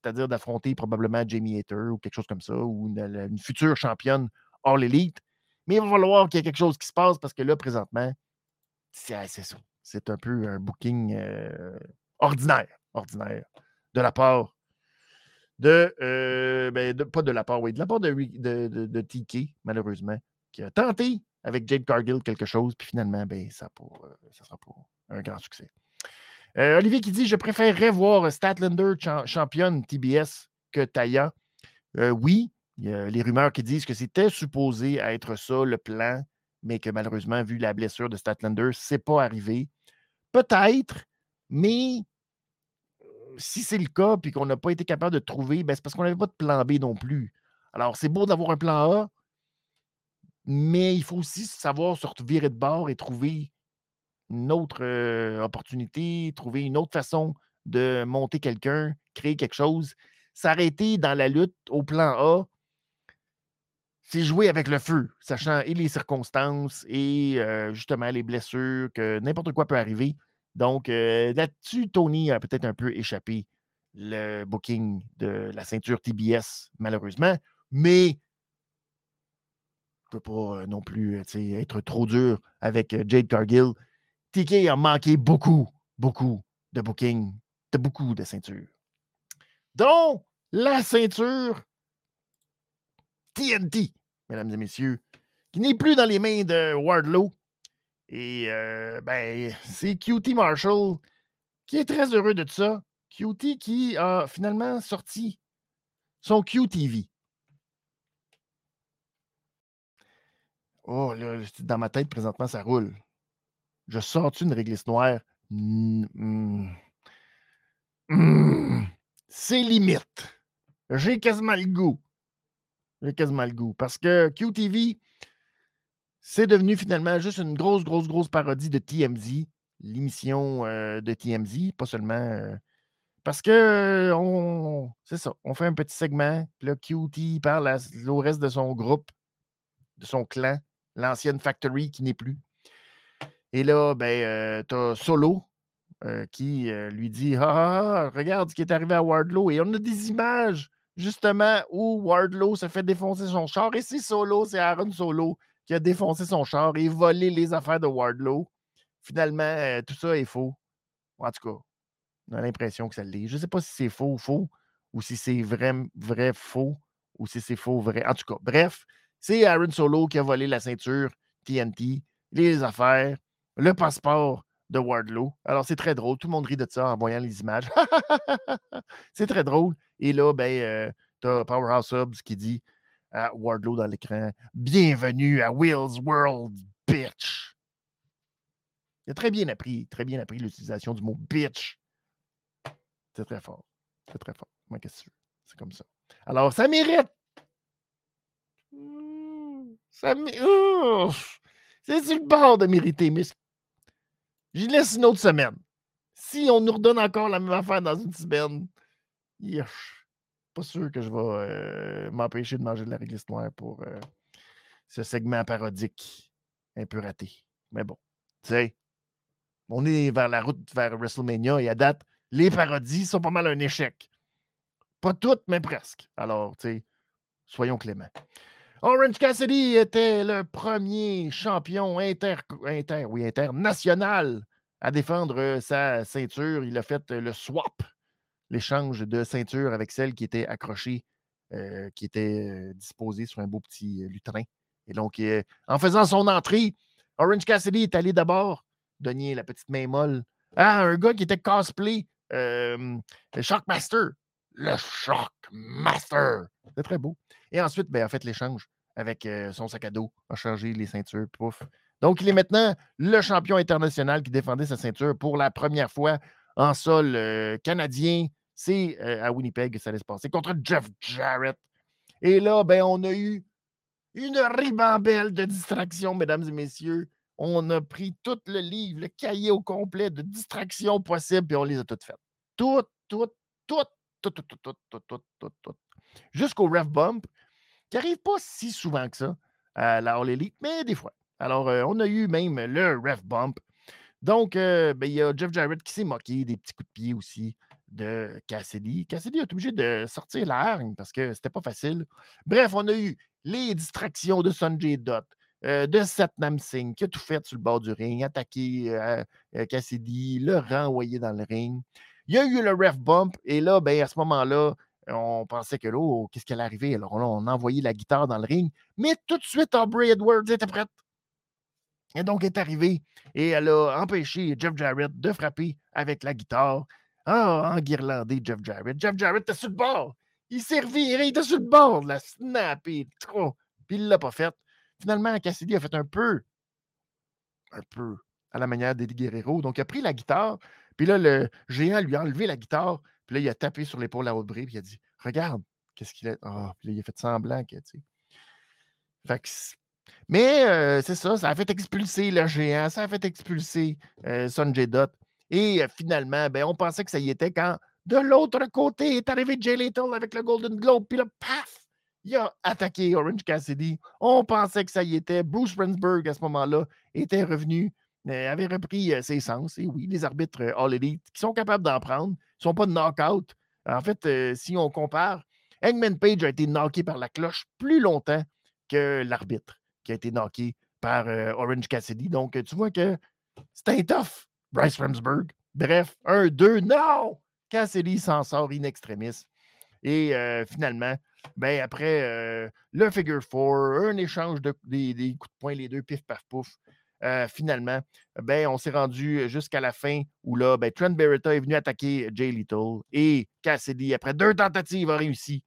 c'est-à-dire d'affronter probablement Jamie Hayter ou quelque chose comme ça, ou une, une future championne All Elite. Mais il va falloir qu'il y ait quelque chose qui se passe parce que là, présentement, c'est, c'est ça. C'est un peu un booking euh, ordinaire, ordinaire, de la part de, euh, ben, de, pas de la part, oui, de la part de, de, de, de T K, malheureusement, qui a tenté avec Jade Cargill quelque chose, puis finalement, ben, ça ne euh, sera pas un grand succès. Euh, Olivier qui dit « Je préférerais voir Statlander cha- championne T B S que Taya. Euh, » Oui, il y a les rumeurs qui disent que c'était supposé être ça, le plan, mais que malheureusement, vu la blessure de Statlander, ce n'est pas arrivé. Peut-être, mais si c'est le cas et qu'on n'a pas été capable de trouver, ben, c'est parce qu'on n'avait pas de plan B non plus. Alors, c'est beau d'avoir un plan A, mais il faut aussi savoir se virer de bord et trouver une autre euh, opportunité, trouver une autre façon de monter quelqu'un, créer quelque chose. S'arrêter dans la lutte au plan A, c'est jouer avec le feu, sachant et les circonstances et euh, justement les blessures, que n'importe quoi peut arriver. Donc, euh, là-dessus, Tony a peut-être un peu échappé le booking de la ceinture T B S, malheureusement. Mais je ne peux pas euh, non plus euh, être trop dur avec euh, Jade Cargill. T K a manqué beaucoup, beaucoup de booking, de beaucoup de ceintures. Dont la ceinture T N T, mesdames et messieurs, qui n'est plus dans les mains de Wardlow. Et euh, ben, c'est Q T Marshall qui est très heureux de ça. Q T qui a finalement sorti son Q T V. Oh, là, dans ma tête, présentement, ça roule. Je sors-tu une réglisse noire? Mm, mm, mm, c'est limite. J'ai quasiment le goût. J'ai quasiment le goût. Parce que Q T V, c'est devenu finalement juste une grosse, grosse, grosse parodie de T M Z, l'émission euh, de T M Z, pas seulement. Euh, parce que euh, on, c'est ça, on fait un petit segment, puis là, Q T parle à, au reste de son groupe, de son clan, l'ancienne Factory qui n'est plus. Et là, ben, euh, t'as Solo euh, qui euh, lui dit ah, ah, ah, regarde ce qui est arrivé à Wardlow. Et on a des images, justement, où Wardlow se fait défoncer son char. Et c'est Solo, c'est Aaron Solo qui a défoncé son char et volé les affaires de Wardlow. Finalement, euh, tout ça est faux. En tout cas, on a l'impression que ça l'est. Je ne sais pas si c'est faux ou faux, ou si c'est vrai, vrai faux, ou si c'est faux vrai. En tout cas, bref, c'est Aaron Solo qui a volé la ceinture T N T, les affaires, le passeport de Wardlow. Alors, c'est très drôle. Tout le monde rit de ça en voyant les images. C'est très drôle. Et là, ben, euh, tu as Powerhouse Subs qui dit à Wardlow dans l'écran « Bienvenue à Will's World, bitch! » Il a très bien appris, très bien appris l'utilisation du mot « bitch ». C'est très fort. C'est très fort. Moi, qu'est-ce que tu veux? C'est comme ça. Alors, ça mérite. Ça mérite. C'est sur le bord de mériter, mais j'y laisse une autre semaine. Si on nous redonne encore la même affaire dans une semaine, je pas sûr que je vais euh, m'empêcher de manger de la réglisse noire pour euh, ce segment parodique un peu raté. Mais bon, tu sais, on est vers la route vers WrestleMania et à date, les parodies sont pas mal un échec. Pas toutes, mais presque. Alors, tu sais, soyons cléments. Orange Cassidy était le premier champion inter, inter, oui, international à défendre sa ceinture. Il a fait le swap, l'échange de ceinture avec celle qui était accrochée, euh, qui était euh, disposée sur un beau petit euh, lutrin. Et donc, euh, en faisant son entrée, Orange Cassidy est allé d'abord donner la petite main molle à un gars qui était cosplay, euh, le Shockmaster. Le Shockmaster. C'est très beau. Et ensuite, ben, a fait l'échange avec euh, son sac à dos, a changé les ceintures, pouf. Donc, il est maintenant le champion international qui défendait sa ceinture pour la première fois en sol euh, canadien. C'est euh, à Winnipeg que ça allait se passer contre Jeff Jarrett. Et là, ben, on a eu une ribambelle de distractions, mesdames et messieurs. On a pris tout le livre, le cahier au complet de distractions possibles, puis on les a toutes faites. Toutes, toutes, toutes, toutes, toutes, toutes, toutes, toutes, toutes, toutes. Jusqu'au ref bump, qui n'arrive pas si souvent que ça à la All Elite, mais des fois. Alors, euh, on a eu même le ref bump. Donc, euh, ben, il y a Jeff Jarrett qui s'est moqué des petits coups de pied aussi de Cassidy. Cassidy est obligé de sortir la hargne parce que c'était pas facile. Bref, on a eu les distractions de Sonjay Dutt, euh, de Satnam Singh, qui a tout fait sur le bord du ring, attaqué euh, euh, Cassidy, le renvoyer dans le ring. Il y a eu le ref bump, et là, ben, à ce moment-là, on pensait que là, oh, qu'est-ce qui allait arriver? Alors là, on a envoyé la guitare dans le ring, mais tout de suite, Aubrey Edwards était prête. Et donc, elle est arrivée et elle a empêché Jeff Jarrett de frapper avec la guitare. Ah, enguirlandé Jeff Jarrett. Jeff Jarrett était sur le bord. Il s'est reviré, il était sur le bord de la snapper. Trop. Puis il ne l'a pas fait. Finalement, Cassidy a fait un peu, un peu à la manière d'Eddie Guerrero. Donc, il a pris la guitare. Puis là, le géant lui a enlevé la guitare. Puis là, il a tapé sur l'épaule à Aubrey. Puis il a dit, regarde, qu'est-ce qu'il a. Ah, puis là, il a fait semblant que, tu sais. Fait que mais euh, c'est ça, ça a fait expulser le géant, ça a fait expulser euh, Sonjay Dutt. Et euh, finalement, ben, on pensait que ça y était quand de l'autre côté est arrivé Jay Lethal avec le Golden Globe, puis là, paf, il a attaqué Orange Cassidy. On pensait que ça y était. Bruce Rensburg, à ce moment-là, était revenu, euh, avait repris euh, ses sens. Et oui, les arbitres euh, All Elite qui sont capables d'en prendre, ils ne sont pas de knock-out. En fait, euh, si on compare, Hangman Page a été knocké par la cloche plus longtemps que l'arbitre qui a été knocké par euh, Orange Cassidy. Donc, tu vois que c'est un tough, Bryce Remsburg. Bref, un, deux, non! Cassidy s'en sort in extremis. Et euh, finalement, ben, après euh, le figure four, un échange de, des, des coups de poing, les deux, pif, paf, pouf. Euh, finalement, ben, on s'est rendu jusqu'à la fin où là, ben, Trent Beretta est venu attaquer Jay Lethal et Cassidy, après deux tentatives, a réussi.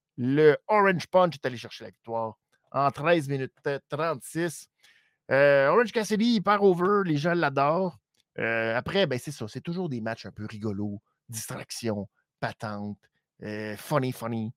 Le Orange Punch est allé chercher la victoire en treize minutes trente-six. Euh, Orange Cassidy, il part over, les gens l'adorent. Euh, après, ben, c'est ça, c'est toujours des matchs un peu rigolos, distraction, patente, euh, funny, funny.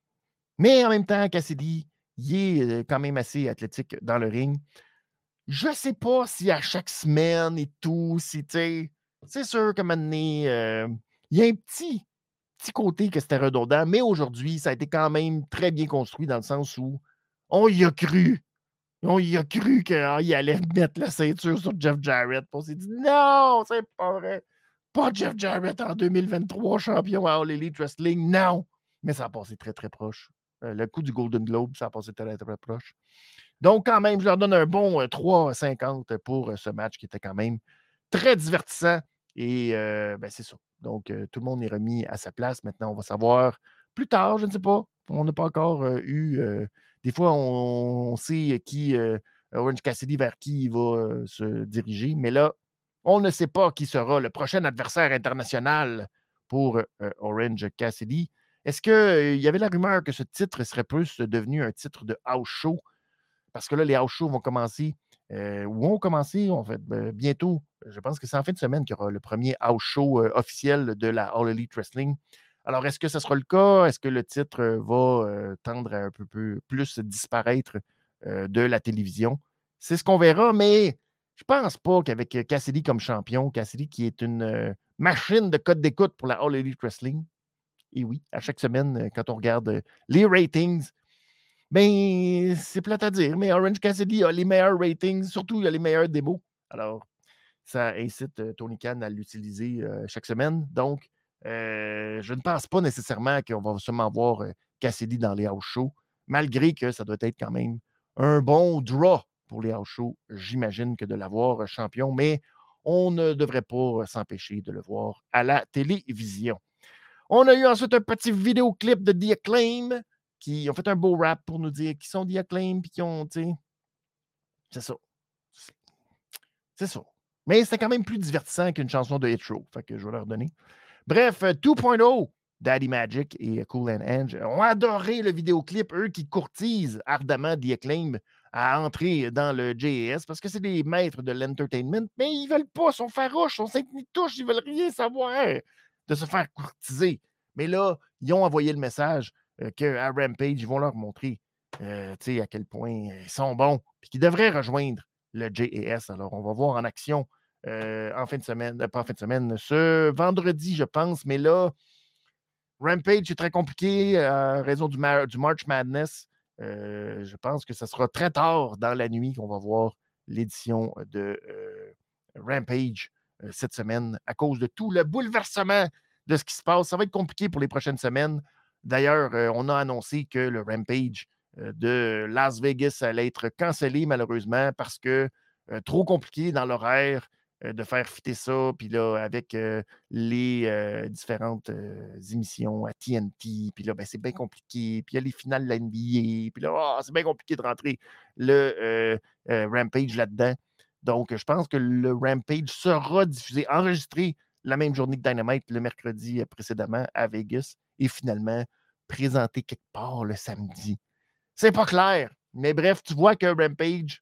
Mais en même temps, Cassidy, il est quand même assez athlétique dans le ring. Je ne sais pas si à chaque semaine et tout, si, tu sais, c'est sûr qu'à un moment donné, euh, il y a un petit, petit côté que c'était redondant, mais aujourd'hui, ça a été quand même très bien construit dans le sens où on y a cru. On y a cru qu'il allait mettre la ceinture sur Jeff Jarrett. On s'est dit non, c'est pas vrai. Pas Jeff Jarrett en deux mille vingt-trois, champion à All Elite Wrestling. Non. Mais ça a passé très, très proche. Euh, le coup du Golden Globe, ça a passé très, très proche. Donc, quand même, je leur donne un bon euh, trois cinquante pour euh, ce match qui était quand même très divertissant. Et euh, ben, c'est ça. Donc, euh, tout le monde est remis à sa place. Maintenant, on va savoir plus tard, je ne sais pas. On n'a pas encore euh, eu. Euh, des fois, on, on sait qui, euh, Orange Cassidy, vers qui il va euh, se diriger. Mais là, on ne sait pas qui sera le prochain adversaire international pour euh, Orange Cassidy. Est-ce qu'il euh, y avait la rumeur que ce titre serait plus devenu un titre de house show? Parce que là, les house shows vont commencer, euh, ou ont commencé, en fait, euh, bientôt. Je pense que c'est en fin de semaine qu'il y aura le premier house show euh, officiel de la All Elite Wrestling. Alors, est-ce que ce sera le cas? Est-ce que le titre euh, va euh, tendre à un peu, peu plus disparaître euh, de la télévision? C'est ce qu'on verra, mais je ne pense pas qu'avec Cassidy comme champion, Cassidy qui est une euh, machine de code d'écoute pour la All Elite Wrestling, et oui, à chaque semaine, quand on regarde euh, les ratings, ben, c'est plate à dire, mais Orange Cassidy a les meilleurs ratings, surtout il a les meilleurs démos. Alors, ça incite euh, Tony Khan à l'utiliser euh, chaque semaine. Donc, euh, je ne pense pas nécessairement qu'on va seulement voir euh, Cassidy dans les house shows, malgré que ça doit être quand même un bon draw pour les house shows. J'imagine que de l'avoir euh, champion, mais on ne devrait pas euh, s'empêcher de le voir à la télévision. On a eu ensuite un petit vidéoclip de The Acclaim qui ont fait un beau rap pour nous dire qui sont The Acclaim puis qui ont, tu sais, c'est ça. C'est ça. Mais c'était quand même plus divertissant qu'une chanson de Hit Show. Fait que je vais leur donner. Bref, deux point oh, Daddy Magic et Cool and Ange ont adoré le vidéoclip, eux qui courtisent ardemment The Acclaim à entrer dans le J A S parce que c'est des maîtres de l'entertainment, mais ils veulent pas, ils sont farouches, ils sont cinq-touches, ils veulent rien savoir de se faire courtiser. Mais là, ils ont envoyé le message euh, qu'à Rampage, ils vont leur montrer euh, à quel point ils sont bons et qu'ils devraient rejoindre le J A S. Alors, on va voir en action euh, en fin de semaine, euh, pas en fin de semaine, ce vendredi, je pense, mais là, Rampage, c'est très compliqué à raison du, Mar- du March Madness. Euh, je pense que ce sera très tard dans la nuit qu'on va voir l'édition de euh, Rampage euh, cette semaine à cause de tout le bouleversement de ce qui se passe. Ça va être compliqué pour les prochaines semaines. D'ailleurs, euh, on a annoncé que le Rampage euh, de Las Vegas allait être cancellé malheureusement parce que euh, trop compliqué dans l'horaire euh, de faire fitter ça. Puis là, avec euh, les euh, différentes euh, émissions à T N T, puis là, ben, c'est bien compliqué. Puis il y a les finales de la N B A. Puis là, oh, c'est bien compliqué de rentrer le euh, euh, Rampage là-dedans. Donc, je pense que le Rampage sera diffusé, enregistré la même journée que Dynamite, le mercredi précédemment à Vegas, et finalement présenté quelque part le samedi. C'est pas clair, mais bref, tu vois que Rampage,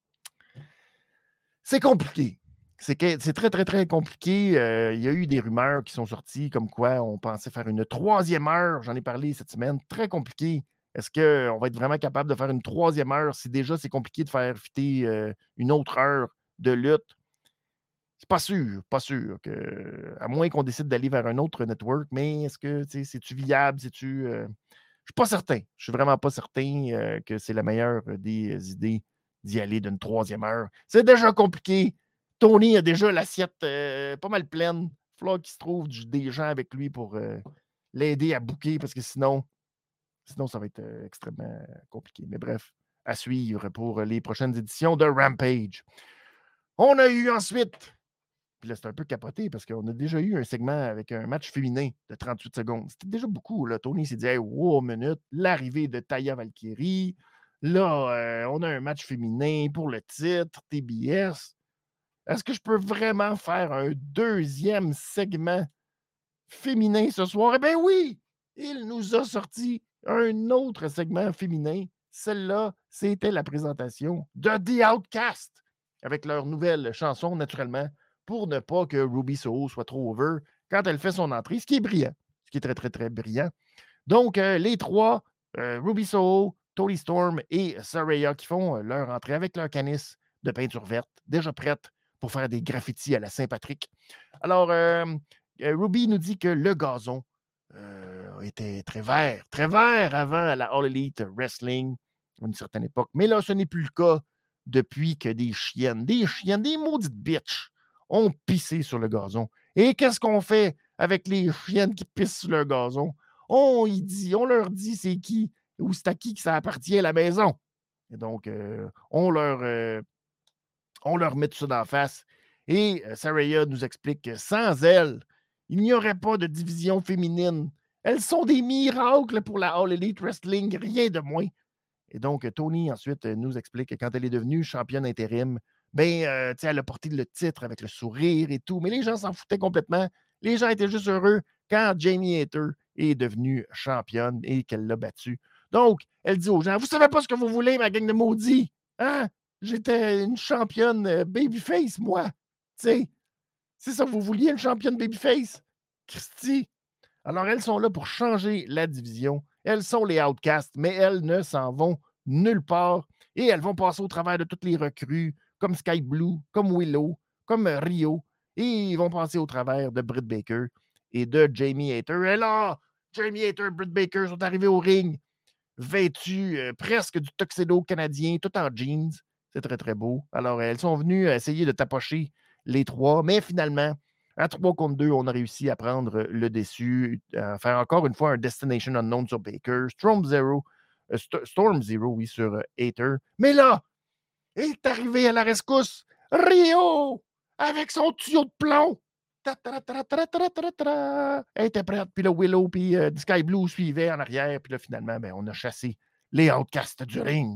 c'est compliqué. C'est, que, c'est très, très, très compliqué. Euh, il y a eu des rumeurs qui sont sorties comme quoi on pensait faire une troisième heure. J'en ai parlé cette semaine. Très compliqué. Est-ce qu'on va être vraiment capable de faire une troisième heure si déjà c'est compliqué de faire fitter euh, une autre heure de lutte? C'est pas sûr, pas sûr. Que, à moins qu'on décide d'aller vers un autre network, mais est-ce que c'est-tu viable? C'est-tu, euh, je ne suis pas certain. Je suis vraiment pas certain euh, que c'est la meilleure des idées d'y aller d'une troisième heure. C'est déjà compliqué. Tony a déjà l'assiette euh, pas mal pleine. Il faut qu'il se trouve du, des gens avec lui pour euh, l'aider à booker parce que sinon, sinon ça va être euh, extrêmement compliqué. Mais bref, à suivre pour les prochaines éditions de Rampage. On a eu ensuite, puis là c'est un peu capoté parce qu'on a déjà eu un segment avec un match féminin de trente-huit secondes. C'était déjà beaucoup. Là. Tony s'est dit hey, wow, minute, l'arrivée de Taya Valkyrie. Là, euh, on a un match féminin pour le titre, T B S. Est-ce que je peux vraiment faire un deuxième segment féminin ce soir? Eh bien oui! Il nous a sorti un autre segment féminin. Celle-là, c'était la présentation de The Outcast avec leur nouvelle chanson, naturellement, pour ne pas que Ruby Soho soit trop over quand elle fait son entrée, ce qui est brillant, ce qui est très, très, très brillant. Donc, euh, les trois, euh, Ruby Soho, Toni Storm et Saraya qui font euh, leur entrée avec leur canisse de peinture verte, déjà prête pour faire des graffitis à la Saint-Patrick. Alors, euh, euh, Ruby nous dit que le gazon euh, était très vert, très vert avant la All Elite Wrestling à une certaine époque. Mais là, ce n'est plus le cas depuis que des chiennes, des chiennes, des maudites bitches ont pissé sur le gazon. Et qu'est-ce qu'on fait avec les chiennes qui pissent sur le gazon? On, y dit, on leur dit c'est qui ou c'est à qui que ça appartient à la maison. Et donc, euh, on leur... Euh, On leur met tout ça d'en face. Et euh, Saraya nous explique que sans elles, il n'y aurait pas de division féminine. Elles sont des miracles pour la All Elite Wrestling, rien de moins. Et donc, Tony, ensuite, nous explique que quand elle est devenue championne intérim, ben, euh, elle a porté le titre avec le sourire et tout, mais les gens s'en foutaient complètement. Les gens étaient juste heureux quand Jamie Hayter est devenue championne et qu'elle l'a battue. Donc, elle dit aux gens, vous savez pas ce que vous voulez, ma gang de maudits? Hein? J'étais une championne euh, babyface, moi. Tu sais, c'est ça, vous vouliez une championne babyface? Christy. Alors, elles sont là pour changer la division. Elles sont les outcasts, mais elles ne s'en vont nulle part. Et elles vont passer au travers de toutes les recrues, comme Sky Blue, comme Willow, comme Rio. Et ils vont passer au travers de Britt Baker et de Jamie Hayter. Et là, Jamie Hayter et Britt Baker sont arrivés au ring, vêtus euh, presque du tuxedo canadien, tout en jeans. C'est très, très beau. Alors, elles sont venues essayer de tapocher les trois, mais finalement, à trois contre deux, on a réussi à prendre le dessus, à faire encore une fois un Destination Unknown sur Baker, Storm Zero, euh, St- Storm Zero, oui, sur euh, Hayter. Mais là, il est arrivé à la rescousse, Rio, avec son tuyau de plomb. Elle était prête, puis le Willow, puis euh, Sky Blue suivait en arrière, puis là, finalement, ben, on a chassé les outcasts du ring.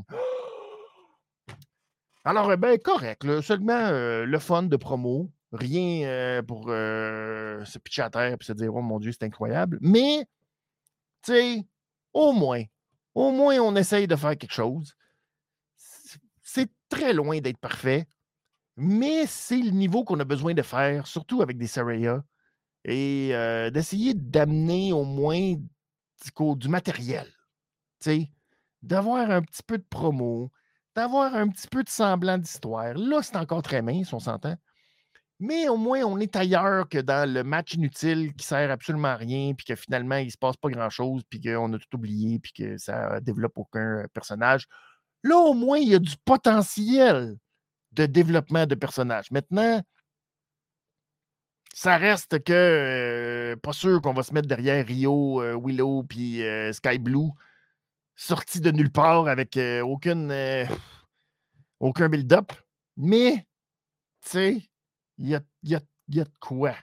Alors, ben, correct. Là, seulement euh, le fun de promo. Rien euh, pour euh, se pitcher à terre et se dire, oh mon Dieu, c'est incroyable. Mais, tu sais, au moins, au moins, on essaye de faire quelque chose. C'est très loin d'être parfait, mais c'est le niveau qu'on a besoin de faire, surtout avec des Saraya, et euh, d'essayer d'amener au moins du, du matériel. Tu sais, d'avoir un petit peu de promo, d'avoir un petit peu de semblant d'histoire. Là, c'est encore très mince, on s'entend. Mais au moins, on est ailleurs que dans le match inutile qui sert absolument à rien, puis que finalement, il ne se passe pas grand-chose, puis qu'on a tout oublié, puis que ça ne développe aucun personnage. Là, au moins, il y a du potentiel de développement de personnages. Maintenant, Ça reste que euh, pas sûr qu'on va se mettre derrière Rio, euh, Willow puis euh, Sky Blue, sortis de nulle part avec euh, aucune, euh, aucun build-up. Mais, tu sais, il y a, y a- y a de quoi.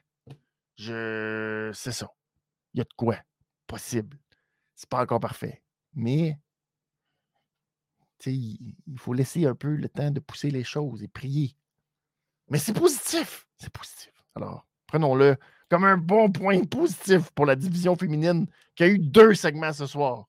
Je... C'est ça. Il y a de quoi. Possible. C'est pas encore parfait. Mais, tu sais, il il faut laisser un peu le temps de pousser les choses et prier. Mais c'est positif. C'est positif. Alors, prenons-le comme un bon point positif pour la division féminine qui a eu deux segments ce soir.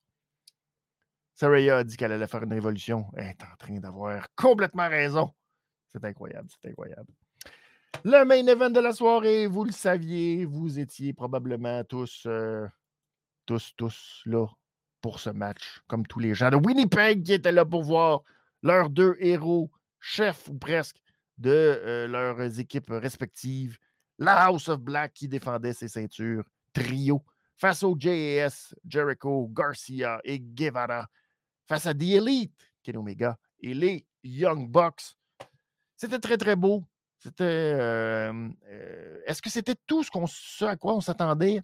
Saraya a dit qu'elle allait faire une révolution. Elle est en train d'avoir complètement raison. C'est incroyable, c'est incroyable. Le main event de la soirée, vous le saviez, vous étiez probablement tous, euh, tous, tous là pour ce match, comme tous les gens de Winnipeg qui étaient là pour voir leurs deux héros, chefs ou presque, de euh, leurs équipes respectives. La House of Black qui défendait ses ceintures, trio, face au J A S, Jericho, Garcia et Guevara, face à The Elite, Kenny Omega, et les Young Bucks. C'était très, très beau. C'était. Euh, euh, est-ce que c'était tout ce, qu'on, ce à quoi on s'attendait?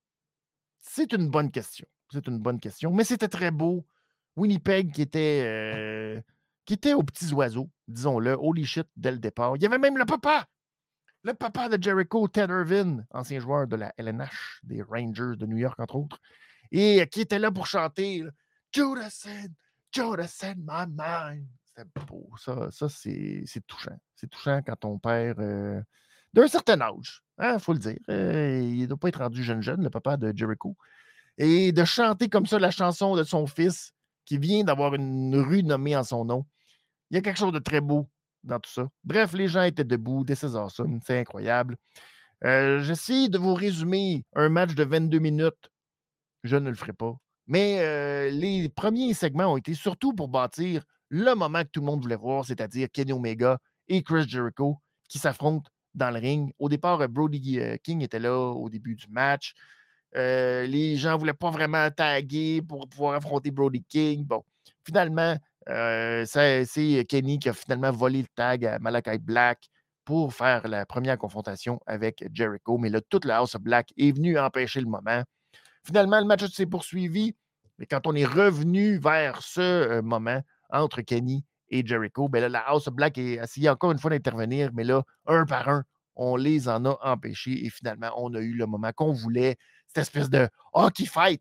C'est une bonne question. C'est une bonne question. Mais c'était très beau. Winnipeg qui était, euh, qui était aux petits oiseaux, disons-le. Holy shit, dès le départ. Il y avait même le papa. Le papa de Jericho, Ted Irvin, ancien joueur de la L N H, des Rangers de New York, entre autres, et qui était là pour chanter Judas said, Judas said my mind. C'était beau. Ça, ça c'est, c'est touchant. C'est touchant quand ton père, euh, d'un certain âge, il hein, faut le dire, euh, il ne doit pas être rendu jeune-jeune, le papa de Jericho, et de chanter comme ça la chanson de son fils qui vient d'avoir une rue nommée en son nom. Il y a quelque chose de très beau dans tout ça. Bref, les gens étaient debout, this is awesome, c'est incroyable. Euh, j'essaie de vous résumer un match de vingt-deux minutes. Je ne le ferai pas. Mais euh, les premiers segments ont été surtout pour bâtir le moment que tout le monde voulait voir, c'est-à-dire Kenny Omega et Chris Jericho qui s'affrontent dans le ring. Au départ, Brody King était là au début du match. Euh, les gens ne voulaient pas vraiment taguer pour pouvoir affronter Brody King. Bon, finalement, euh, c'est, c'est Kenny qui a finalement volé le tag à Malachi Black pour faire la première confrontation avec Jericho. Mais là, toute la House of Black est venue empêcher le moment. Finalement, le match s'est poursuivi. Mais quand on est revenu vers ce euh, moment entre Kenny et Jericho, ben là, la House of Black a essayé encore une fois d'intervenir, mais là, un par un, on les en a empêchés et finalement, on a eu le moment qu'on voulait, cette espèce de hockey fight,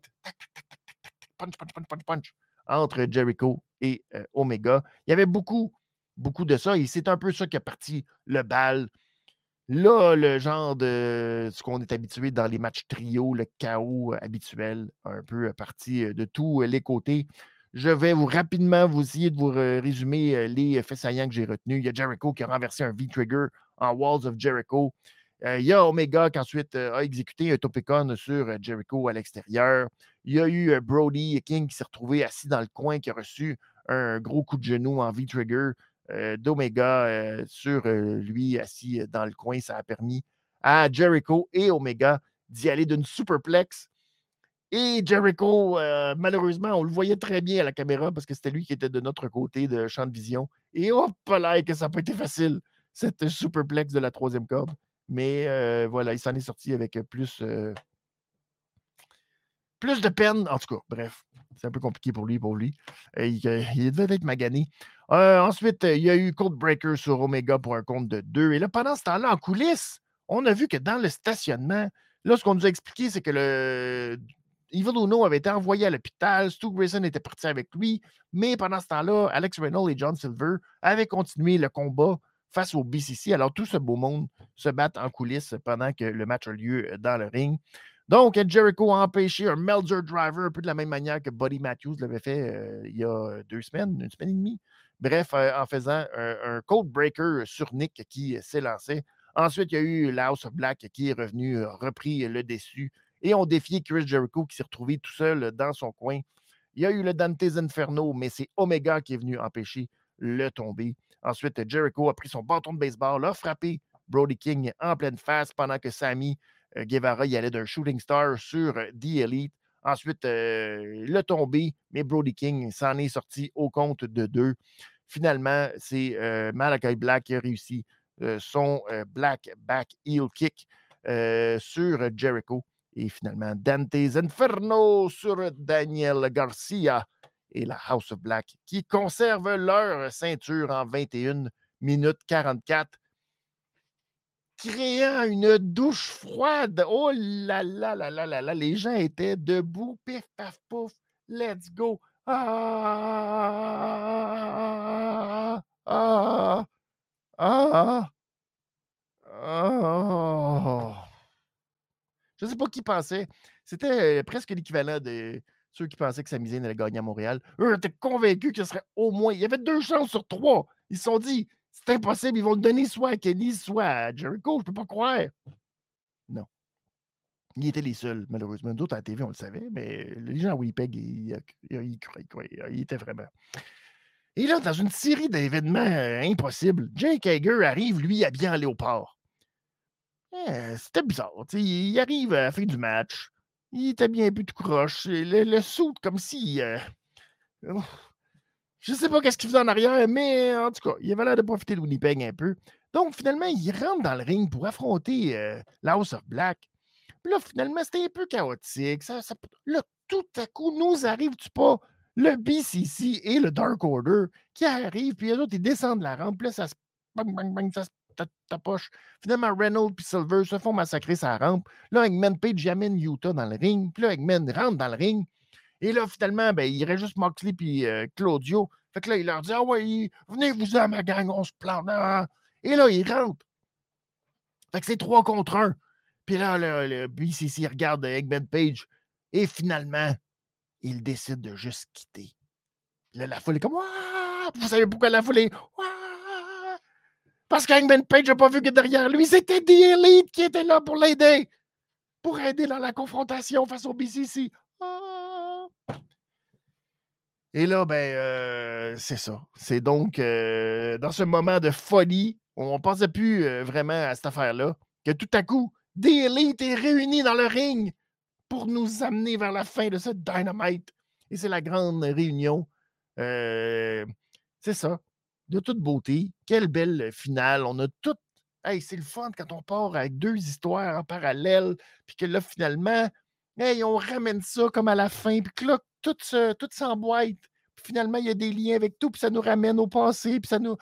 punch, punch, punch, punch, punch, entre Jericho et euh, Omega. Il y avait beaucoup, beaucoup de ça et c'est un peu ça qui a parti le bal. Là, le genre de ce qu'on est habitué dans les matchs trio, le chaos habituel, un peu parti de tous les côtés. Je vais vous rapidement vous essayer de vous résumer les faits saillants que j'ai retenus. Il y a Jericho qui a renversé un V-Trigger en Walls of Jericho. Euh, il y a Omega qui ensuite euh, a exécuté un Topicon sur Jericho à l'extérieur. Il y a eu euh, Brody King qui s'est retrouvé assis dans le coin, qui a reçu un gros coup de genou en V-Trigger euh, d'Omega euh, sur euh, lui assis dans le coin. Ça a permis à Jericho et Omega d'y aller d'une superplex. Et Jericho, euh, malheureusement, on le voyait très bien à la caméra parce que c'était lui qui était de notre côté de champ de vision. Et hop là, que ça n'a pas été facile, cette superplex de la troisième corde. Mais euh, voilà, il s'en est sorti avec plus, euh, plus de peine. En tout cas, bref, c'est un peu compliqué pour lui, pour lui. Euh, il, il devait être magané. Euh, ensuite, il y a eu Code Breaker sur Omega pour un compte de deux. Et là, pendant ce temps-là, en coulisses, on a vu que dans le stationnement, là, ce qu'on nous a expliqué, c'est que le Evil Uno avait été envoyé à l'hôpital. Stu Grayson était parti avec lui. Mais pendant ce temps-là, Alex Reynolds et John Silver avaient continué le combat face au B C C. Alors, tout ce beau monde se bat en coulisses pendant que le match a lieu dans le ring. Donc, Jericho a empêché un Meltzer Driver un peu de la même manière que Buddy Matthews l'avait fait euh, il y a deux semaines, une semaine et demie. Bref, euh, en faisant un, un Code Breaker sur Nick qui s'est lancé. Ensuite, il y a eu la House of Black qui est revenu, euh, repris le dessus et ont défié Chris Jericho qui s'est retrouvé tout seul dans son coin. Il y a eu le Dante's Inferno, mais c'est Omega qui est venu empêcher le tomber. Ensuite, Jericho a pris son bâton de baseball, a frappé Brody King en pleine face pendant que Sammy euh, Guevara y allait d'un shooting star sur euh, The Elite. Ensuite, euh, le tombé, mais Brody King s'en est sorti au compte de deux. Finalement, c'est euh, Malachi Black qui a réussi euh, son euh, Black Back Heel Kick euh, sur Jericho. Et finalement, Dante's Inferno sur Daniel Garcia et la House of Black qui conservent leur ceinture en vingt et une minutes quarante-quatre, créant une douche froide. Oh là là là là là là, les gens étaient debout, pif, paf, pouf, let's go. Ah, ah, ah, ah. Je ne sais pas qui pensait. C'était presque l'équivalent de ceux qui pensaient que Sami Zayn allait gagner à Montréal. Eux étaient convaincus que ce serait au moins. Il y avait deux chances sur trois. Ils se sont dit, c'est impossible, ils vont le donner soit à Kenny, soit à Jericho. Je ne peux pas croire. Non. Ils étaient les seuls, malheureusement. D'autres à la T V, on le savait, mais les gens à Winnipeg, ils, ils, ils, ils, ils étaient vraiment. Et là, dans une série d'événements euh, impossibles, Jake Hager arrive, lui, habillé en léopard. Eh, c'était bizarre. T'sais, il arrive à la fin du match. Il était bien un peu tout croche. Le, le saut, comme si. Euh, oh, je sais pas qu'est-ce qu'il faisait en arrière, mais en tout cas, il avait l'air de profiter de Winnipeg un peu. Donc, finalement, il rentre dans le ring pour affronter euh, la House of Black. Puis là, finalement, c'était un peu chaotique. Ça, ça, là, tout à coup, nous arrive-tu pas le B C C et le Dark Order qui arrivent, puis les autres, ils descendent la rampe. Puis là, ça se. Bang, bang, bang, ça se ta, ta poche. Finalement, Reynolds et Silver se font massacrer sa rampe. Là, Hangman Page amène Utah dans le ring. Puis là, Hangman rentre dans le ring. Et là, finalement, ben, il reste juste Moxley et euh, Claudio. Fait que là, il leur dit, ah ouais, venez vous à ma gang, on se plante. Ah. Et là, il rentre. Fait que c'est trois contre un. Puis là, le, le B C C regarde Hangman Page. Et finalement, il décide de juste quitter. Là, la foule est comme, Ouah! Vous savez pourquoi la foule est, Ouah! Parce qu'Hangman Page n'a pas vu que derrière lui, c'était The Elite qui était là pour l'aider. Pour aider dans la confrontation face au B C C. Ah! Et là, ben, euh, c'est ça. C'est donc euh, dans ce moment de folie, on ne pensait plus euh, vraiment à cette affaire-là, que tout à coup, The Elite est réuni dans le ring pour nous amener vers la fin de ce Dynamite. Et c'est la grande réunion. Euh, c'est ça. De toute beauté. Quelle belle finale. On a tout. Hey, c'est le fun quand on part avec deux histoires en parallèle, puis que là, finalement, hey, on ramène ça comme à la fin, puis que là, tout, se, tout s'emboîte. Puis finalement, il y a des liens avec tout, puis ça nous ramène au passé, puis ça nous.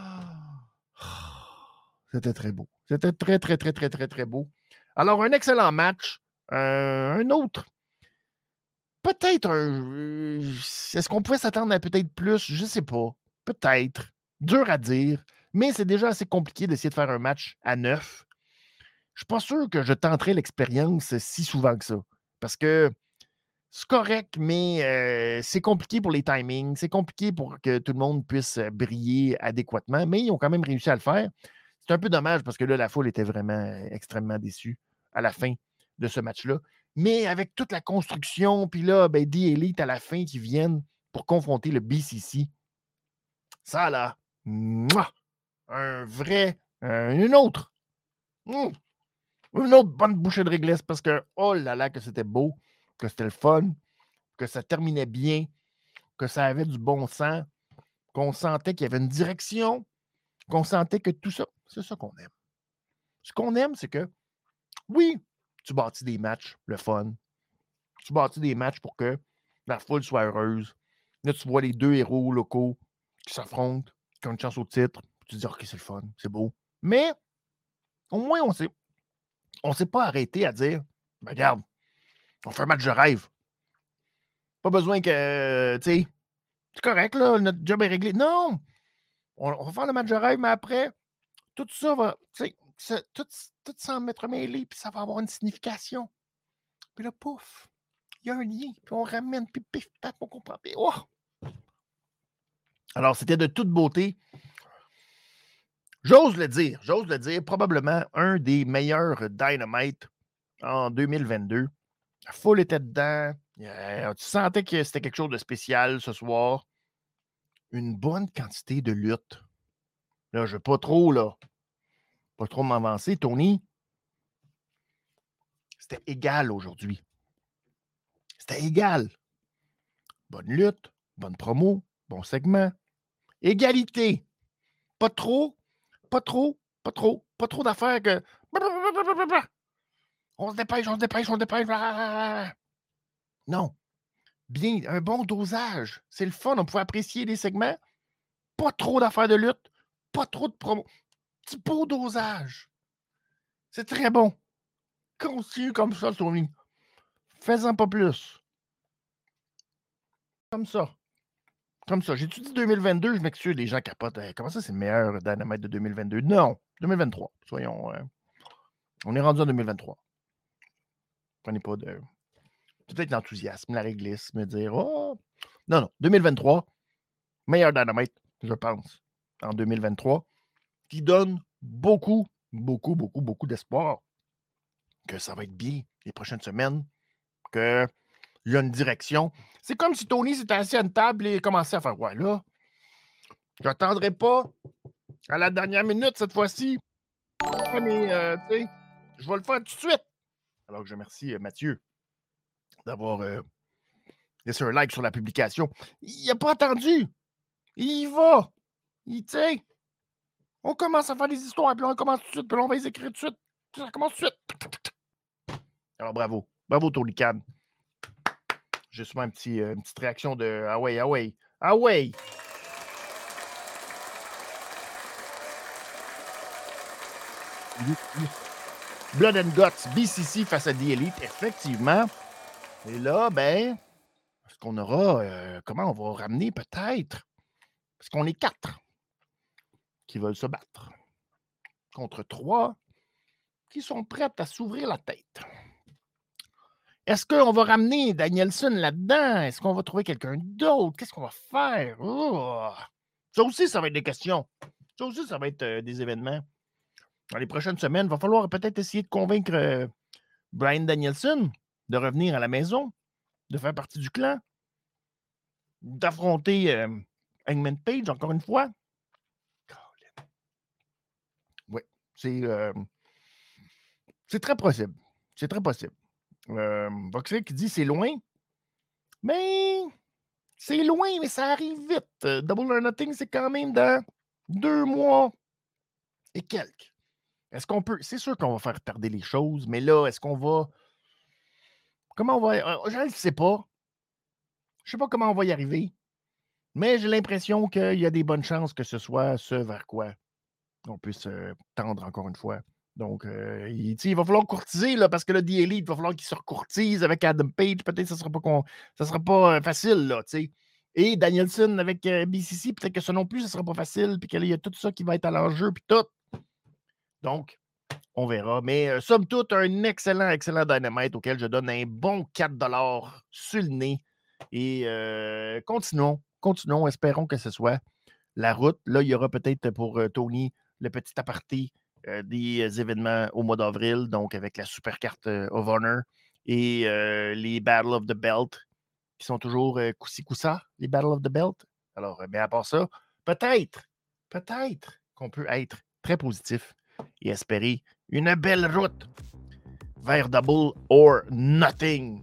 C'était très beau. C'était très, très, très, très, très, très beau. Alors, un excellent match. Euh, un autre. Peut-être un. Est-ce qu'on pouvait s'attendre à peut-être plus? Je ne sais pas. Peut-être. Dur à dire. Mais c'est déjà assez compliqué d'essayer de faire un match à neuf. Je ne suis pas sûr que je tenterai l'expérience si souvent que ça. Parce que c'est correct, mais euh, c'est compliqué pour les timings. C'est compliqué pour que tout le monde puisse briller adéquatement. Mais ils ont quand même réussi à le faire. C'est un peu dommage parce que là, la foule était vraiment extrêmement déçue à la fin de ce match-là. Mais avec toute la construction, puis là, ben, The Elite à la fin qui viennent pour confronter le B C C, ça là, mouah, un vrai, euh, une autre, mmh, une autre bonne bouchée de réglisse parce que, oh là là, que c'était beau, que c'était le fun, que ça terminait bien, que ça avait du bon sens, qu'on sentait qu'il y avait une direction, qu'on sentait que tout ça, c'est ça qu'on aime. Ce qu'on aime, c'est que, oui, tu bâtis des matchs, le fun. Tu bâtis des matchs pour que la foule soit heureuse. Là, tu vois les deux héros locaux qui s'affrontent, qui ont une chance au titre. Tu te dis, OK, c'est le fun, c'est beau. Mais, au moins, on s'est, on s'est pas arrêté à dire, ben, regarde, on fait un match de rêve. Pas besoin que, tu sais, c'est correct, là, notre job est réglé. Non! On, on va faire le match de rêve, mais après, tout ça va, tu sais, tout, tout s'en mettre mêlé, puis ça va avoir une signification. Puis là, pouf, il y a un lien, puis on ramène, puis pif, paf, on comprend. Puis, oh! Alors, c'était de toute beauté. J'ose le dire, j'ose le dire, probablement un des meilleurs Dynamite en deux mille vingt-deux. La foule était dedans. Euh, tu sentais que c'était quelque chose de spécial ce soir. Une bonne quantité de lutte. Là, je ne veux pas trop, là, pas trop m'avancer. Tony, c'était égal aujourd'hui. C'était égal. Bonne lutte, bonne promo, bon segment. Égalité. Pas trop, pas trop, pas trop, pas trop d'affaires que... On se dépêche, on se dépêche, on se dépêche. Ah! Non. Bien, un bon dosage. C'est le fun. On pouvait apprécier les segments. Pas trop d'affaires de lutte. Pas trop de promo. Petit beau dosage. C'est très bon. Continue comme ça, Tony. Fais-en pas plus. Comme ça. Comme ça. J'ai-tu dit deux mille vingt-deux? Je m'excuse, les gens capotent. Hey, comment ça, c'est le meilleur Dynamite de deux mille vingt-deux? Non. deux mille vingt-trois. Soyons... Euh, on est rendu en deux mille vingt-trois. Prenez pas de... Peut-être l'enthousiasme, la réglisse, me dire « Oh! » Non, non. deux mille vingt-trois. Meilleur Dynamite, je pense, en deux mille vingt-trois. Qui donne beaucoup, beaucoup, beaucoup, beaucoup d'espoir que ça va être bien les prochaines semaines, qu'il y a une direction. C'est comme si Tony s'était assis à une table et commençait à faire « Ouais, là, je n'attendrai pas à la dernière minute cette fois-ci. Mais, euh, tu sais, je vais le faire tout de suite. » Alors que je remercie euh, Mathieu d'avoir euh, laissé un like sur la publication. Il n'a pas attendu. Il y va. Il, tu sais, on commence à faire des histoires, puis on commence tout de suite, puis on va les écrire tout de suite. Ça commence tout de suite. Alors, bravo. Bravo, Tony Khan. J'ai souvent un petit, euh, une petite réaction de « Ah ouais, ah ouais, ah ouais! » Blood and Guts, B C C face à The Elite, effectivement. Et là, ben, est-ce qu'on aura... Euh, comment on va ramener peut-être? Parce qu'on est quatre qui veulent se battre contre trois qui sont prêtes à s'ouvrir la tête. Est-ce qu'on va ramener Danielson là-dedans? Est-ce qu'on va trouver quelqu'un d'autre? Qu'est-ce qu'on va faire? Oh! Ça aussi, ça va être des questions. Ça aussi, ça va être euh, des événements. Dans les prochaines semaines, il va falloir peut-être essayer de convaincre euh, Bryan Danielson de revenir à la maison, de faire partie du clan, d'affronter euh, Hangman Page encore une fois. Oui, c'est, euh, c'est très possible. C'est très possible. Euh, Voxley qui dit c'est loin. Mais c'est loin, mais ça arrive vite. Euh, Double or Nothing, c'est quand même dans deux mois et quelques. Est-ce qu'on peut... C'est sûr qu'on va faire retarder les choses, mais là, est-ce qu'on va... Comment on va... Euh, je ne sais pas. Je ne sais pas comment on va y arriver. Mais j'ai l'impression qu'il y a des bonnes chances que ce soit ce vers quoi on puisse euh, tendre encore une fois. Donc, euh, il, il va falloir courtiser, là, parce que là, The Elite, il va falloir qu'il se recourtise avec Adam Page. Peut-être que ça ne sera pas, con... ça sera pas euh, facile, là, tu sais. Et Danielson avec euh, B C C, peut-être que ça non plus, ça ne sera pas facile, puis qu'il y a tout ça qui va être à l'enjeu, puis tout. Donc, on verra. Mais euh, somme toute, un excellent, excellent Dynamite auquel je donne un bon quatre dollars sur le nez. Et euh, continuons, continuons, espérons que ce soit la route. Là, il y aura peut-être pour euh, Tony le petit aparté euh, des euh, événements au mois d'avril, donc avec la super carte euh, of Honor et euh, les Battle of the Belt qui sont toujours euh, coussi-coussa, les Battle of the Belt. Alors, mais à part ça, peut-être, peut-être qu'on peut être très positif et espérer une belle route vers Double or Nothing.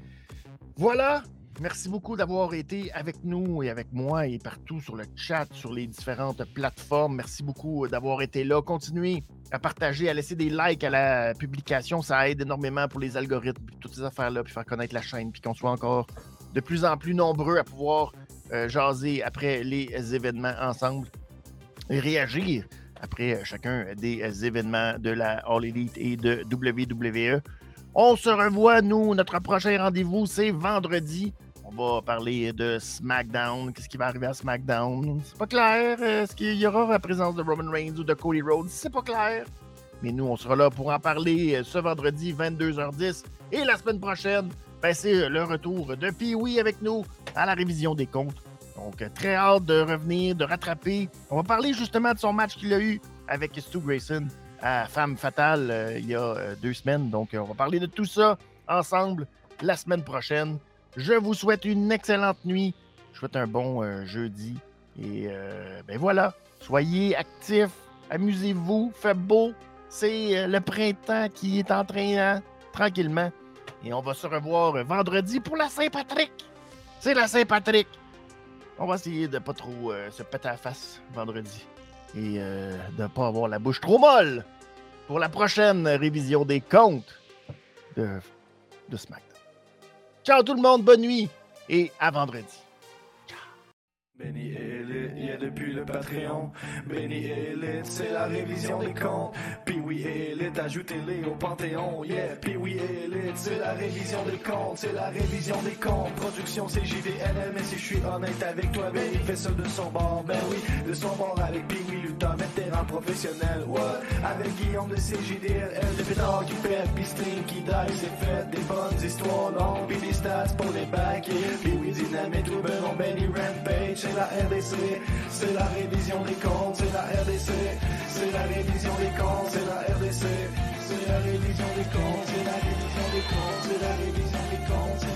Voilà. Merci beaucoup d'avoir été avec nous et avec moi et partout sur le chat, sur les différentes plateformes. Merci beaucoup d'avoir été là. Continuez à partager, à laisser des likes à la publication. Ça aide énormément pour les algorithmes, toutes ces affaires-là, puis faire connaître la chaîne, puis qu'on soit encore de plus en plus nombreux à pouvoir euh, jaser après les événements ensemble et réagir après chacun des événements de la All Elite et de W W E. On se revoit, nous, notre prochain rendez-vous, c'est vendredi. On va parler de SmackDown. Qu'est-ce qui va arriver à SmackDown? C'est pas clair. Est-ce qu'il y aura la présence de Roman Reigns ou de Cody Rhodes? C'est pas clair. Mais nous, on sera là pour en parler ce vendredi, vingt-deux heures dix. Et la semaine prochaine, ben, c'est le retour de Pee-Wee avec nous à la révision des comptes. Donc, très hâte de revenir, de rattraper. On va parler justement de son match qu'il a eu avec Stu Grayson à Femme Fatale euh, il y a euh, deux semaines. Donc, on va parler de tout ça ensemble la semaine prochaine. Je vous souhaite une excellente nuit. Je vous souhaite un bon euh, jeudi. Et euh, ben voilà, soyez actifs, amusez-vous, fait beau. C'est euh, le printemps qui est en train, hein, tranquillement. Et on va se revoir euh, vendredi pour la Saint-Patrick. C'est la Saint-Patrick. On va essayer de ne pas trop euh, se péter à la face vendredi. Et euh, de ne pas avoir la bouche trop molle pour la prochaine révision des comptes. de, de SmackDown. Ciao tout le monde, bonne nuit et à vendredi. Benny Elite, yeah, depuis le Patreon. Benny Elite, c'est la révision des comptes. Puis oui, Elite, ajoutez-les au Panthéon. Yeah, puis oui, Elite, c'est la révision des comptes. C'est la révision des comptes. Production C J D L M. Et si je suis honnête avec toi, ben il fait ça de son bord. Ben oui, de son bord avec Puis oui, lutteur, vétéran professionnel. What? Avec Guillaume de C J D L M. Des pétards qui pètent, puis stream qui dive, c'est fait. Des bonnes histoires longues, puis des stats pour les bacs. Puis oui, Dynamite, Ruberon, Benny Rampage. C'est la R D C, c'est la révision des comptes, c'est la R D C, c'est la révision des comptes, c'est la R D C, c'est la révision des comptes, c'est la révision des comptes, c'est la révision des comptes.